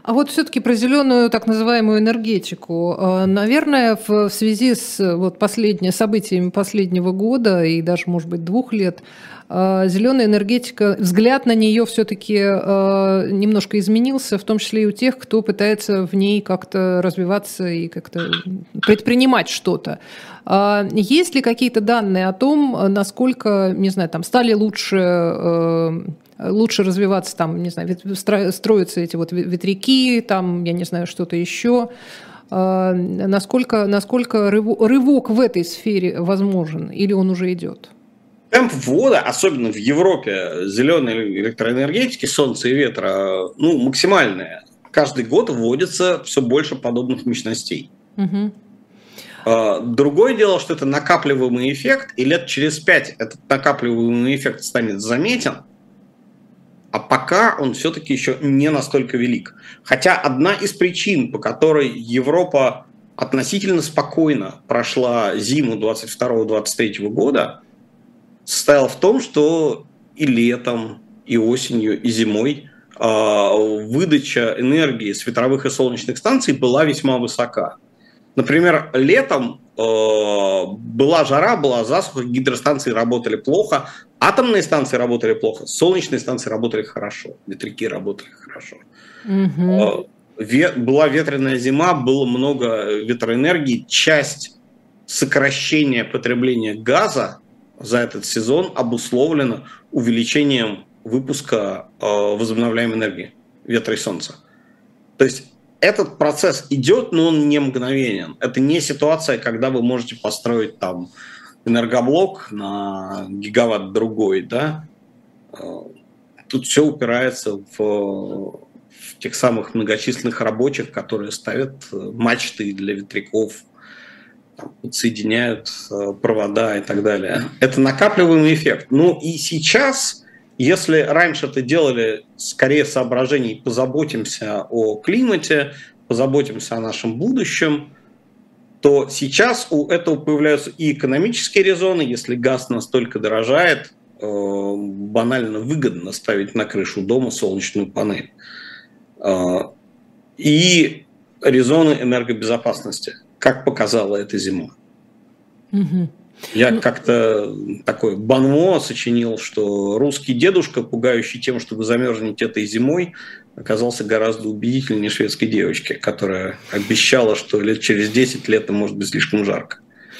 А вот все-таки про зеленую так называемую энергетику. Наверное, в связи с вот последними событиями последнего года и даже, может быть, двух лет, зеленая энергетика, взгляд на нее все-таки немножко изменился, в том числе и у тех, кто пытается в ней как-то развиваться и как-то предпринимать что-то. Есть ли какие-то данные о том, насколько, не знаю, там стали лучше, лучше развиваться, там, не знаю, строятся эти вот ветряки, там, я не знаю, что-то еще? Насколько, насколько рывок в этой сфере возможен или он уже идет? Темп ввода, особенно в Европе, зеленой электроэнергетики, солнца и ветра, ну, максимальные. Каждый год вводится все больше подобных мощностей. Угу. Другое дело, что это накапливаемый эффект, и лет через пять этот накапливаемый эффект станет заметен, а пока он все-таки еще не настолько велик. Хотя одна из причин, по которой Европа относительно спокойно прошла зиму двадцать второго — двадцать третьего года, состояла в том, что и летом, и осенью, и зимой выдача энергии с ветровых и солнечных станций была весьма высока. Например, летом э, была жара, была засуха, гидростанции работали плохо, атомные станции работали плохо, солнечные станции работали хорошо, ветряки работали хорошо. Угу. Э, ве, была ветреная зима, было много ветроэнергии. Часть сокращения потребления газа за этот сезон обусловлена увеличением выпуска э, возобновляемой энергии, ветра и солнца. То есть этот процесс идет, но он не мгновенен. Это не ситуация, когда вы можете построить там энергоблок на гигаватт другой, да. Тут все упирается в, в тех самых многочисленных рабочих, которые ставят мачты для ветряков, там, подсоединяют провода и так далее. Это накапливаемый эффект. Ну и сейчас, если раньше это делали скорее соображений «позаботимся о климате», «позаботимся о нашем будущем», то сейчас у этого появляются и экономические резоны. Если газ настолько дорожает, банально выгодно ставить на крышу дома солнечную панель. И резоны энергобезопасности, как показала эта зима. Угу. Я как-то такой банмо сочинил, что русский дедушка, пугающий тем, что вы замерзнете этой зимой, оказался гораздо убедительнее шведской девочки, которая обещала, что лет через десять летом может быть слишком жарко.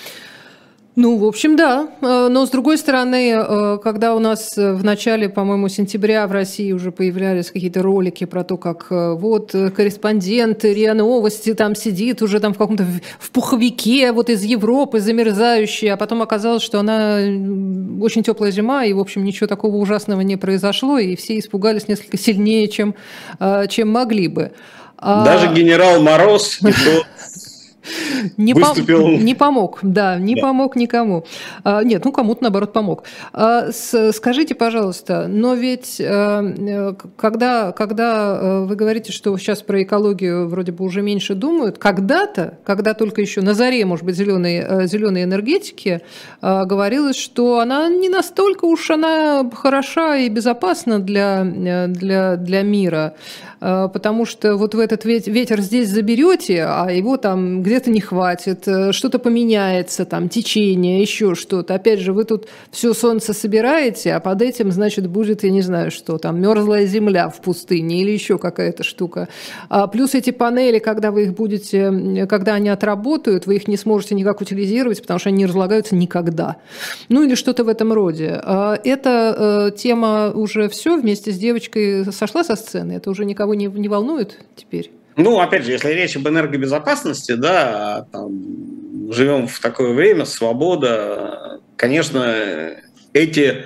Ну, в общем, да. Но, с другой стороны, когда у нас в начале, по-моему, сентября в России уже появлялись какие-то ролики про то, как вот корреспондент РИА Новости там сидит уже там в каком-то в пуховике вот из Европы замерзающий, а потом оказалось, что она очень теплая зима, и, в общем, ничего такого ужасного не произошло, и все испугались несколько сильнее, чем, чем могли бы. Даже а... генерал Мороз и то... Не, пом- не помог, да, не да. помог никому. А, нет, ну кому-то, наоборот, помог. А, с, скажите, пожалуйста, но ведь а, когда, когда вы говорите, что сейчас про экологию вроде бы уже меньше думают, когда-то, когда только еще на заре, может быть, зеленой, зеленой энергетики, а, говорилось, что она не настолько уж она хороша и безопасна для, для, для мира, а, потому что вот в этот ветер здесь заберете, а его там где где-то не хватит, что-то поменяется, там, течение, еще что-то. Опять же, вы тут все солнце собираете, а под этим, значит, будет, я не знаю что, там, мерзлая земля в пустыне или еще какая-то штука. А плюс эти панели, когда вы их будете, когда они отработают, вы их не сможете никак утилизировать, потому что они не разлагаются никогда. Ну, или что-то в этом роде. Эта тема уже все вместе с девочкой сошла со сцены? Это уже никого не, не волнует теперь? Ну, опять же, если речь об энергобезопасности, да, там, живем в такое время, свобода, конечно, эти,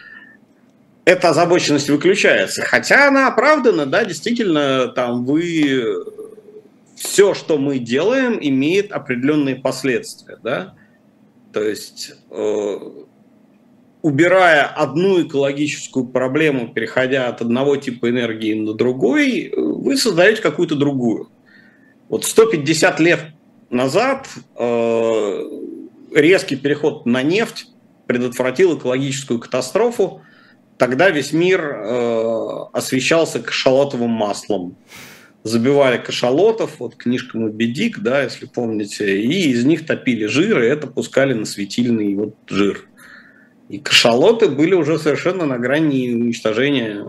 эта озабоченность выключается. Хотя она оправдана, да, действительно, там вы... Все, что мы делаем, имеет определенные последствия, да. То есть, э, убирая одну экологическую проблему, переходя от одного типа энергии на другой, вы создаете какую-то другую. Вот сто пятьдесят лет назад э, резкий переход на нефть предотвратил экологическую катастрофу. Тогда весь мир э, освещался кашалотовым маслом. забивали кашалотов, вот книжка Моби Дик, да, если помните, и из них топили жир, и это пускали на светильный вот жир. И кашалоты были уже совершенно на грани уничтожения.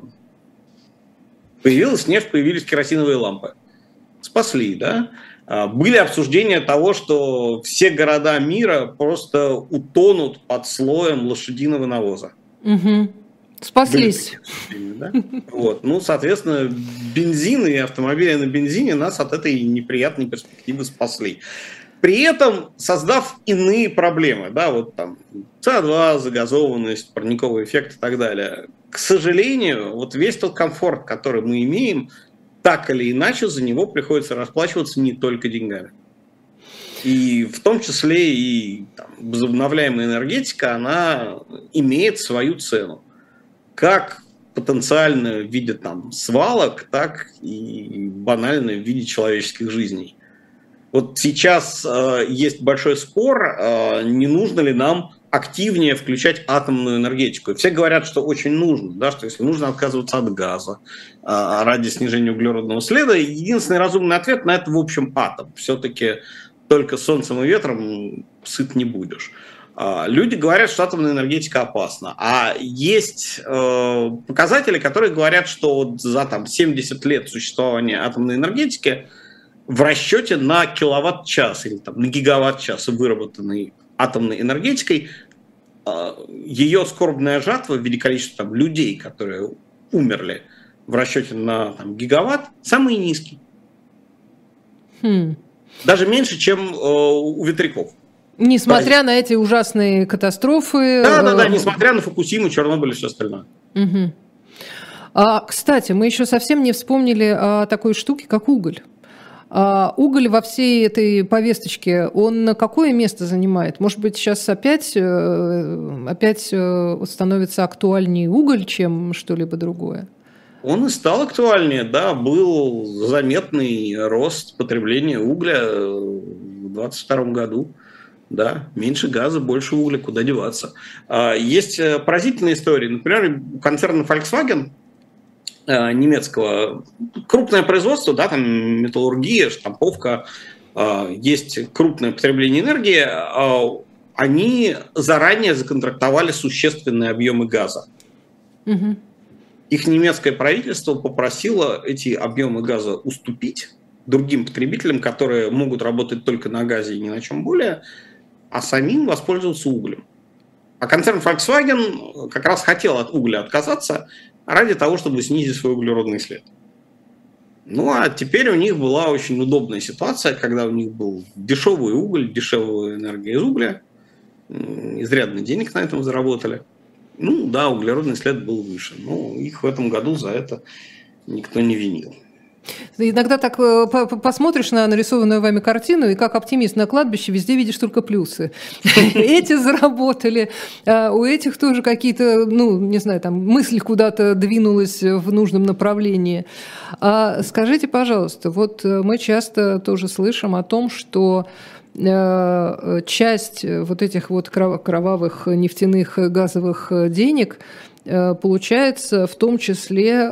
Появилась нефть, появились керосиновые лампы. Спасли, да? Были обсуждения того, что все города мира просто утонут под слоем лошадиного навоза. Угу. Спаслись. Да? Вот. Ну, соответственно, бензин и автомобили на бензине нас от этой неприятной перспективы спасли. При этом создав иные проблемы, да, вот там СО2, загазованность, парниковый эффект и так далее. К сожалению, вот весь тот комфорт, который мы имеем, так или иначе за него приходится расплачиваться не только деньгами. И в том числе и там, возобновляемая энергетика, она имеет свою цену. Как потенциально в виде там, свалок, так и банально в виде человеческих жизней. Вот сейчас э, есть большой спор, э, не нужно ли нам активнее включать атомную энергетику. И все говорят, что очень нужно, да, что если нужно отказываться от газа э, ради снижения углеродного следа, единственный разумный ответ на это, в общем, атом. Все-таки только солнцем и ветром сыт не будешь. Э, люди говорят, что атомная энергетика опасна. А есть э, показатели, которые говорят, что вот за там, семьдесят лет существования атомной энергетики в расчете на киловатт-час или там, на гигаватт-час, выработанной атомной энергетикой, ее скорбная жатва в виде количества там, людей, которые умерли в расчете на там, гигаватт, самый низкий. Хм. Даже меньше, чем э, у ветряков. Несмотря на эти ужасные катастрофы. Да, да, да, несмотря на Фукусиму, Чернобыль и все остальное. Угу. А, кстати, мы еще совсем не вспомнили о такой штуке, как уголь. А уголь во всей этой повесточке, он какое место занимает? Может быть, сейчас опять, опять становится актуальнее уголь, чем что-либо другое? Он и стал актуальнее, да, был заметный рост потребления угля в двадцать втором году. Да, меньше газа, больше угля, куда деваться. Есть поразительные истории. Например, у концерна Volkswagen немецкого, крупное производство, да, там металлургия, штамповка, есть крупное потребление энергии, они заранее законтрактовали существенные объемы газа. Угу. Их немецкое правительство попросило эти объемы газа уступить другим потребителям, которые могут работать только на газе и ни на чем более, а самим воспользоваться углем. А концерн Volkswagen как раз хотел от угля отказаться ради того, чтобы снизить свой углеродный след. Ну, а теперь у них была очень удобная ситуация, когда у них был дешевый уголь, дешевая энергия из угля, изрядно денег на этом заработали. Ну, да, углеродный след был выше, но их в этом году за это никто не винил. Иногда так посмотришь на нарисованную вами картину, и как оптимист на кладбище везде видишь только плюсы. Эти заработали, у этих тоже какие-то, ну, не знаю, там мысль куда-то двинулась в нужном направлении. А скажите, пожалуйста, вот мы часто тоже слышим о том, что часть вот этих вот кровавых нефтяных газовых денег получается в том числе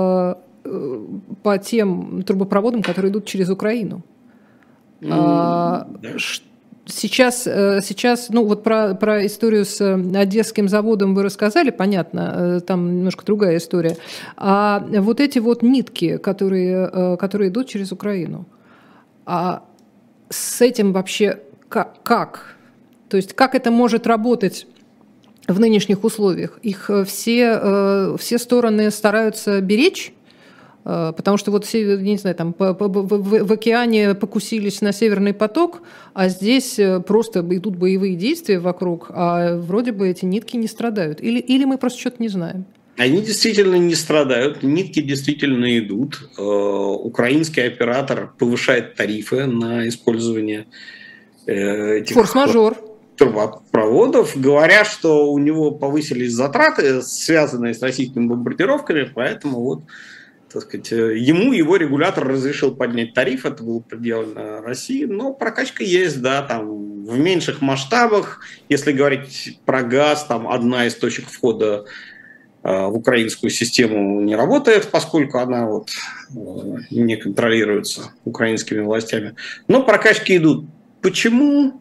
по тем трубопроводам, которые идут через Украину. Mm, а, да. Сейчас, сейчас, ну вот про, про историю с Одесским заводом вы рассказали, понятно, там немножко другая история. А вот эти вот нитки, которые, которые идут через Украину, а с этим вообще как, как? То есть как это может работать в нынешних условиях? Их все, все стороны стараются беречь? Потому что вот, я не знаю, там в, в, в океане покусились на Северный поток, а здесь просто идут боевые действия вокруг, а вроде бы эти нитки не страдают. Или, или мы просто что-то не знаем? Они действительно не страдают, нитки действительно идут. Украинский оператор повышает тарифы на использование этих форс-мажор трубопроводов, говоря, что у него повысились затраты, связанные с российскими бомбардировками, поэтому вот, так сказать, ему его регулятор разрешил поднять тариф, это было предъявлено России, но прокачка есть, да, там в меньших масштабах, если говорить про газ, там одна из точек входа в украинскую систему не работает, поскольку она вот не контролируется украинскими властями. Но прокачки идут. Почему?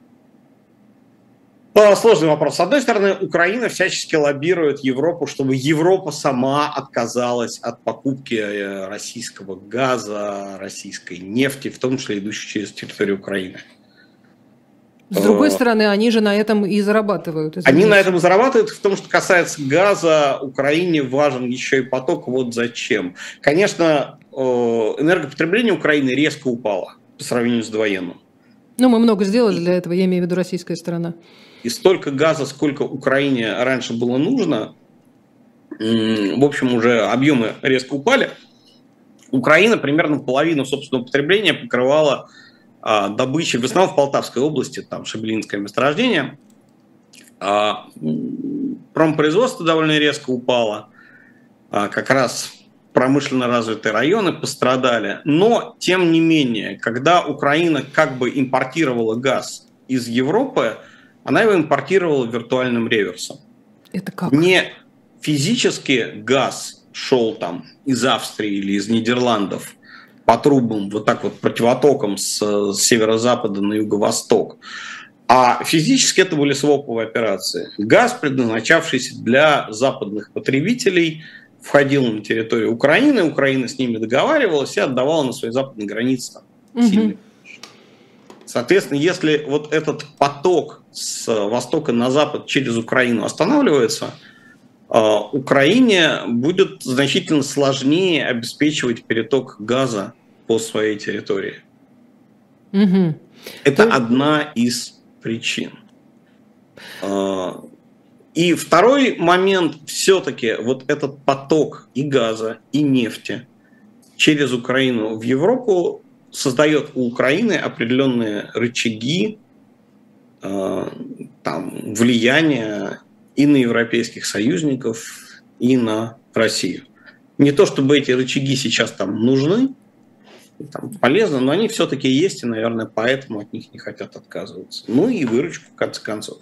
Сложный вопрос. С одной стороны, Украина всячески лоббирует Европу, чтобы Европа сама отказалась от покупки российского газа, российской нефти, в том числе идущей через территорию Украины. С другой стороны, они же на этом и зарабатывают. Извините. Они на этом и зарабатывают. В том, что касается газа, Украине важен еще и поток. Вот зачем. Конечно, энергопотребление Украины резко упало по сравнению с довоенным. Ну, мы много сделали для этого, я имею в виду российская сторона. И столько газа, сколько Украине раньше было нужно, в общем, уже объемы резко упали. Украина примерно половину собственного потребления покрывала а, добычей, в основном в Полтавской области, там Шебелинское месторождение. А, промпроизводство довольно резко упало, а, как раз промышленно развитые районы пострадали. Но, тем не менее, когда Украина как бы импортировала газ из Европы, она его импортировала виртуальным реверсом. Это как? Не физически газ шел там из Австрии или из Нидерландов по трубам, вот так вот противотоком с северо-запада на юго-восток, а физически это были своповые операции. Газ, предназначавшийся для западных потребителей, входил на территорию Украины, Украина с ними договаривалась и отдавала на свои западные границы там, сильные. Соответственно, если вот этот поток с востока на запад через Украину останавливается, Украине будет значительно сложнее обеспечивать переток газа по своей территории. Угу. Это То... одна из причин. И второй момент, все-таки вот этот поток и газа, и нефти через Украину в Европу создает у Украины определенные рычаги э, там, влияния и на европейских союзников, и на Россию. Не то чтобы эти рычаги сейчас там нужны, там, полезны, но они все-таки есть, и, наверное, поэтому от них не хотят отказываться. Ну и выручку, в конце концов.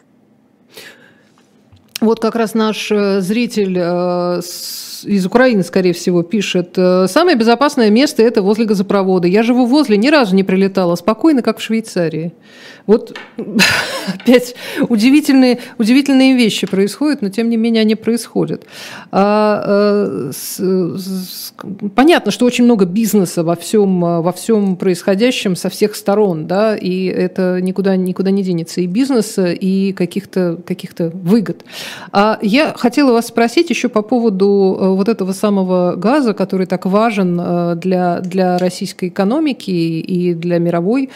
Вот как раз наш зритель из Украины, скорее всего, пишет: самое безопасное место – это возле газопровода. Я живу возле, ни разу не прилетала, спокойно, как в Швейцарии. Вот опять удивительные, удивительные вещи происходят, но тем не менее они происходят. А, с, с, понятно, что очень много бизнеса во всем, во всем происходящем со всех сторон, да, и это никуда, никуда не денется, и бизнеса, и каких-то, каких-то выгод. А я хотела вас спросить еще по поводу вот этого самого газа, который так важен для, для российской экономики и для мировой.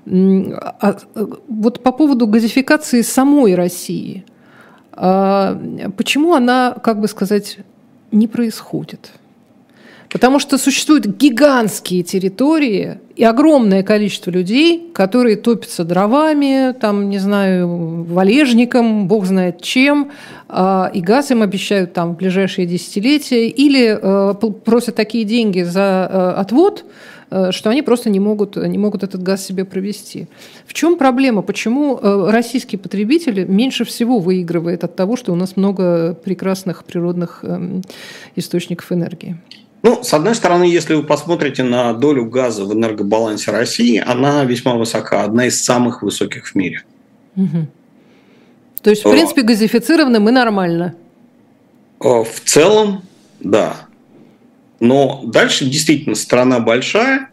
Вот по поводу газификации самой России, почему она, как бы сказать, не происходит? Потому что существуют гигантские территории и огромное количество людей, которые топятся дровами, там, не знаю, валежником, бог знает чем, и газ им обещают там в ближайшие десятилетия, или просят такие деньги за отвод, что они просто не могут, не могут этот газ себе провести. В чем проблема? Почему российский потребитель меньше всего выигрывает от того, что у нас много прекрасных природных источников энергии? Ну, с одной стороны, если вы посмотрите на долю газа в энергобалансе России, она весьма высока, одна из самых высоких в мире. Угу. То есть, в принципе, газифицированы мы нормально? В целом, да. Но дальше действительно страна большая,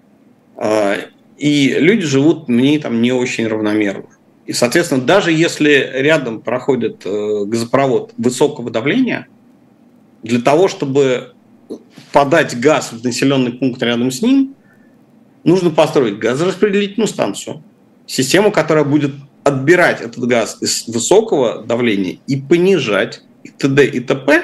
и люди живут в ней там не очень равномерно. И, соответственно, даже если рядом проходит газопровод высокого давления, для того, чтобы подать газ в населенный пункт рядом с ним, нужно построить газораспределительную станцию, систему, которая будет отбирать этот газ из высокого давления и понижать, и т.д. и т.п.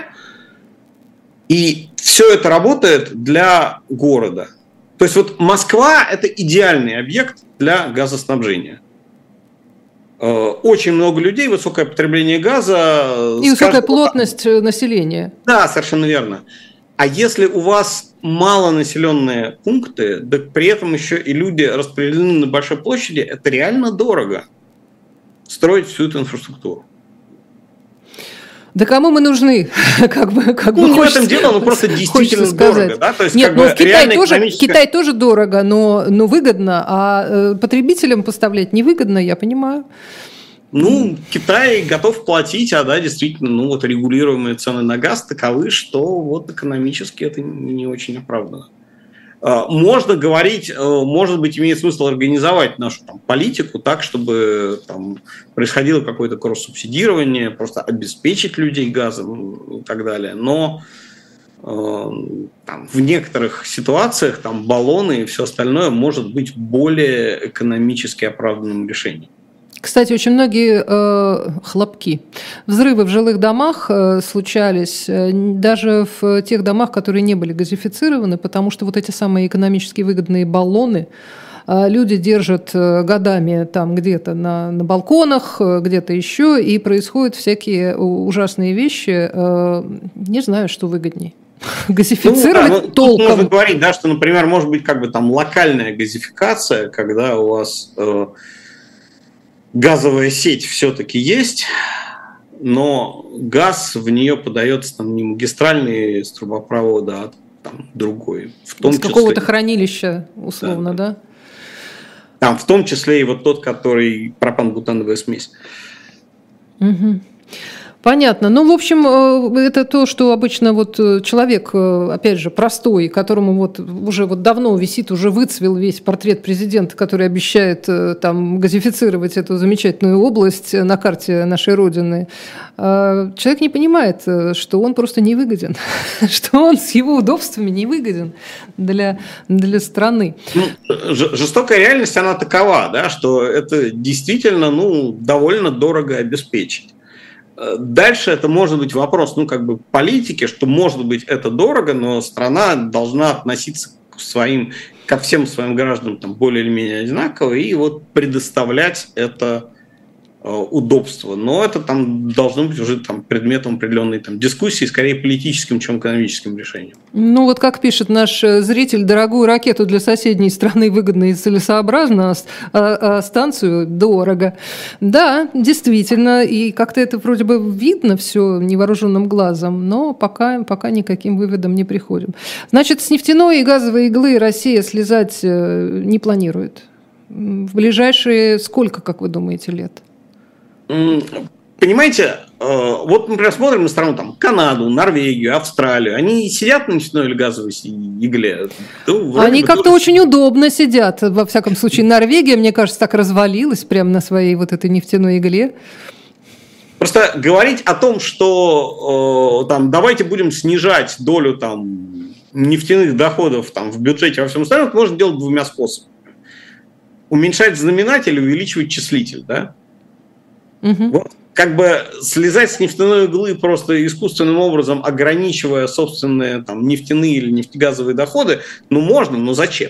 И все это работает для города. То есть вот Москва – это идеальный объект для газоснабжения. Очень много людей, высокое потребление газа. И высокая каждого... плотность населения. Да, совершенно верно. А если у вас малонаселенные пункты, да при этом еще и люди распределены на большой площади, это реально дорого строить всю эту инфраструктуру. Да кому мы нужны? Как бы, как ну, бы не хочется, в этом дело, но просто действительно дорого. Да? То есть, Нет, как ну бы, в Китай тоже, экономическая... Китай тоже дорого, но, но выгодно, а э, потребителям поставлять невыгодно, я понимаю. Ну, Китай готов платить, а да, действительно, ну вот регулируемые цены на газ таковы, что вот экономически это не очень оправдано. Можно говорить, может быть, имеет смысл организовать нашу там, политику так, чтобы там, происходило какое-то кросс-субсидирование, просто обеспечить людей газом и так далее. Но э, там, в некоторых ситуациях там, баллоны и все остальное может быть более экономически оправданным решением. Кстати, очень многие э, хлопки, взрывы в жилых домах э, случались э, даже в тех домах, которые не были газифицированы, потому что вот эти самые экономически выгодные баллоны э, люди держат э, годами там где-то на, на балконах, э, где-то еще, и происходят всякие ужасные вещи. Э, не знаю, что выгоднее. Газифицировать ну, да, толком. Можно говорить, да, что, например, может быть как бы там локальная газификация, когда у вас... Э, газовая сеть все-таки есть, но газ в нее подается там, не магистральный из трубопровода, а там, другой. В том из числе... какого-то хранилища, условно, да? да? Там, в том числе и вот тот, который пропан-бутановая смесь. Угу. Понятно. Ну, в общем, это то, что обычно вот человек, опять же, простой, которому вот уже вот давно висит, уже выцвел весь портрет президента, который обещает там газифицировать эту замечательную область на карте нашей Родины. Человек не понимает, что он просто не выгоден, что он с его удобствами не выгоден для, для страны. Ну, жестокая реальность, она такова, да, что это действительно ну, довольно дорого обеспечить. Дальше это может быть вопрос, ну, как бы политики, что может быть это дорого, но страна должна относиться к своим, ко всем своим гражданам там, более или менее одинаково и вот предоставлять это э, удобство. Но это там должно быть уже там, предметом определенной там, дискуссии, скорее политическим, чем экономическим решением. Ну вот как пишет наш зритель, дорогую ракету для соседней страны выгодно и целесообразно, а, а станцию дорого. Да, действительно, и как-то это вроде бы видно все невооруженным глазом, но пока, пока никаким выводам не приходим. Значит, с нефтяной и газовой иглы Россия слезать не планирует. В ближайшие сколько, как вы думаете, лет? Понимаете, вот, например, смотрим на страну, там, Канаду, Норвегию, Австралию. Они сидят на нефтяной или газовой игле? Ну, они как-то тоже... очень удобно сидят. Во всяком случае, Норвегия, мне кажется, так развалилась прямо на своей вот этой нефтяной игле. Просто говорить о том, что там, давайте будем снижать долю там, нефтяных доходов там, в бюджете во всем остальном, это можно делать двумя способами. Уменьшать знаменатель, увеличивать числитель, да? Угу. Вот. Как бы слезать с нефтяной иглы просто искусственным образом, ограничивая собственные там, нефтяные или нефтегазовые доходы, ну можно, но зачем?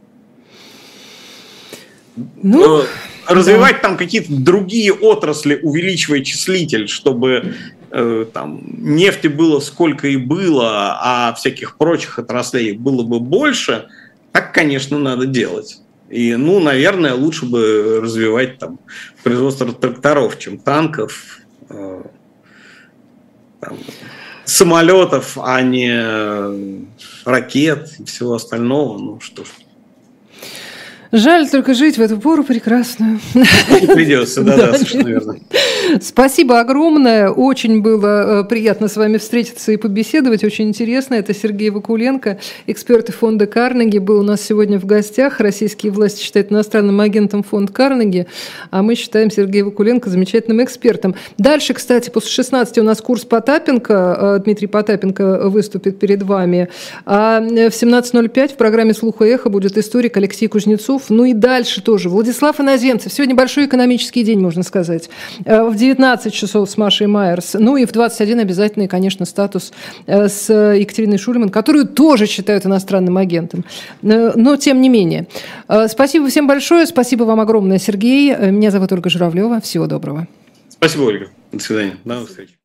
Ну, развивать да. там какие-то другие отрасли, увеличивая числитель, чтобы э, там, нефти было сколько и было, а всяких прочих отраслей было бы больше, так, конечно, надо делать. И, ну, наверное, лучше бы развивать там производство тракторов, чем танков, э, там, самолетов, а не ракет и всего остального. Ну что ж. Жаль только жить в эту пору прекрасную. Не придется, да-да, совершенно верно. Спасибо огромное. Очень было приятно с вами встретиться и побеседовать. Очень интересно. Это Сергей Вакуленко, эксперт фонда Карнеги, был у нас сегодня в гостях. Российские власти считают иностранным агентом фонд Карнеги, а мы считаем Сергея Вакуленко замечательным экспертом. Дальше, кстати, после шестнадцати у нас курс Потапенко. Дмитрий Потапенко выступит перед вами. А в семнадцать ноль пять в программе «Слух и эхо» будет историк Алексей Кузнецов. Ну и дальше тоже. Владислав Иноземцев. Сегодня большой экономический день, можно сказать. В девятнадцать часов с Машей Майерс. Ну и в двадцать один обязательно, конечно, статус с Екатериной Шульман, которую тоже считают иностранным агентом. Но тем не менее. Спасибо всем большое. Спасибо вам огромное, Сергей. Меня зовут Ольга Журавлева. Всего доброго. Спасибо, Ольга. До свидания. До встречи.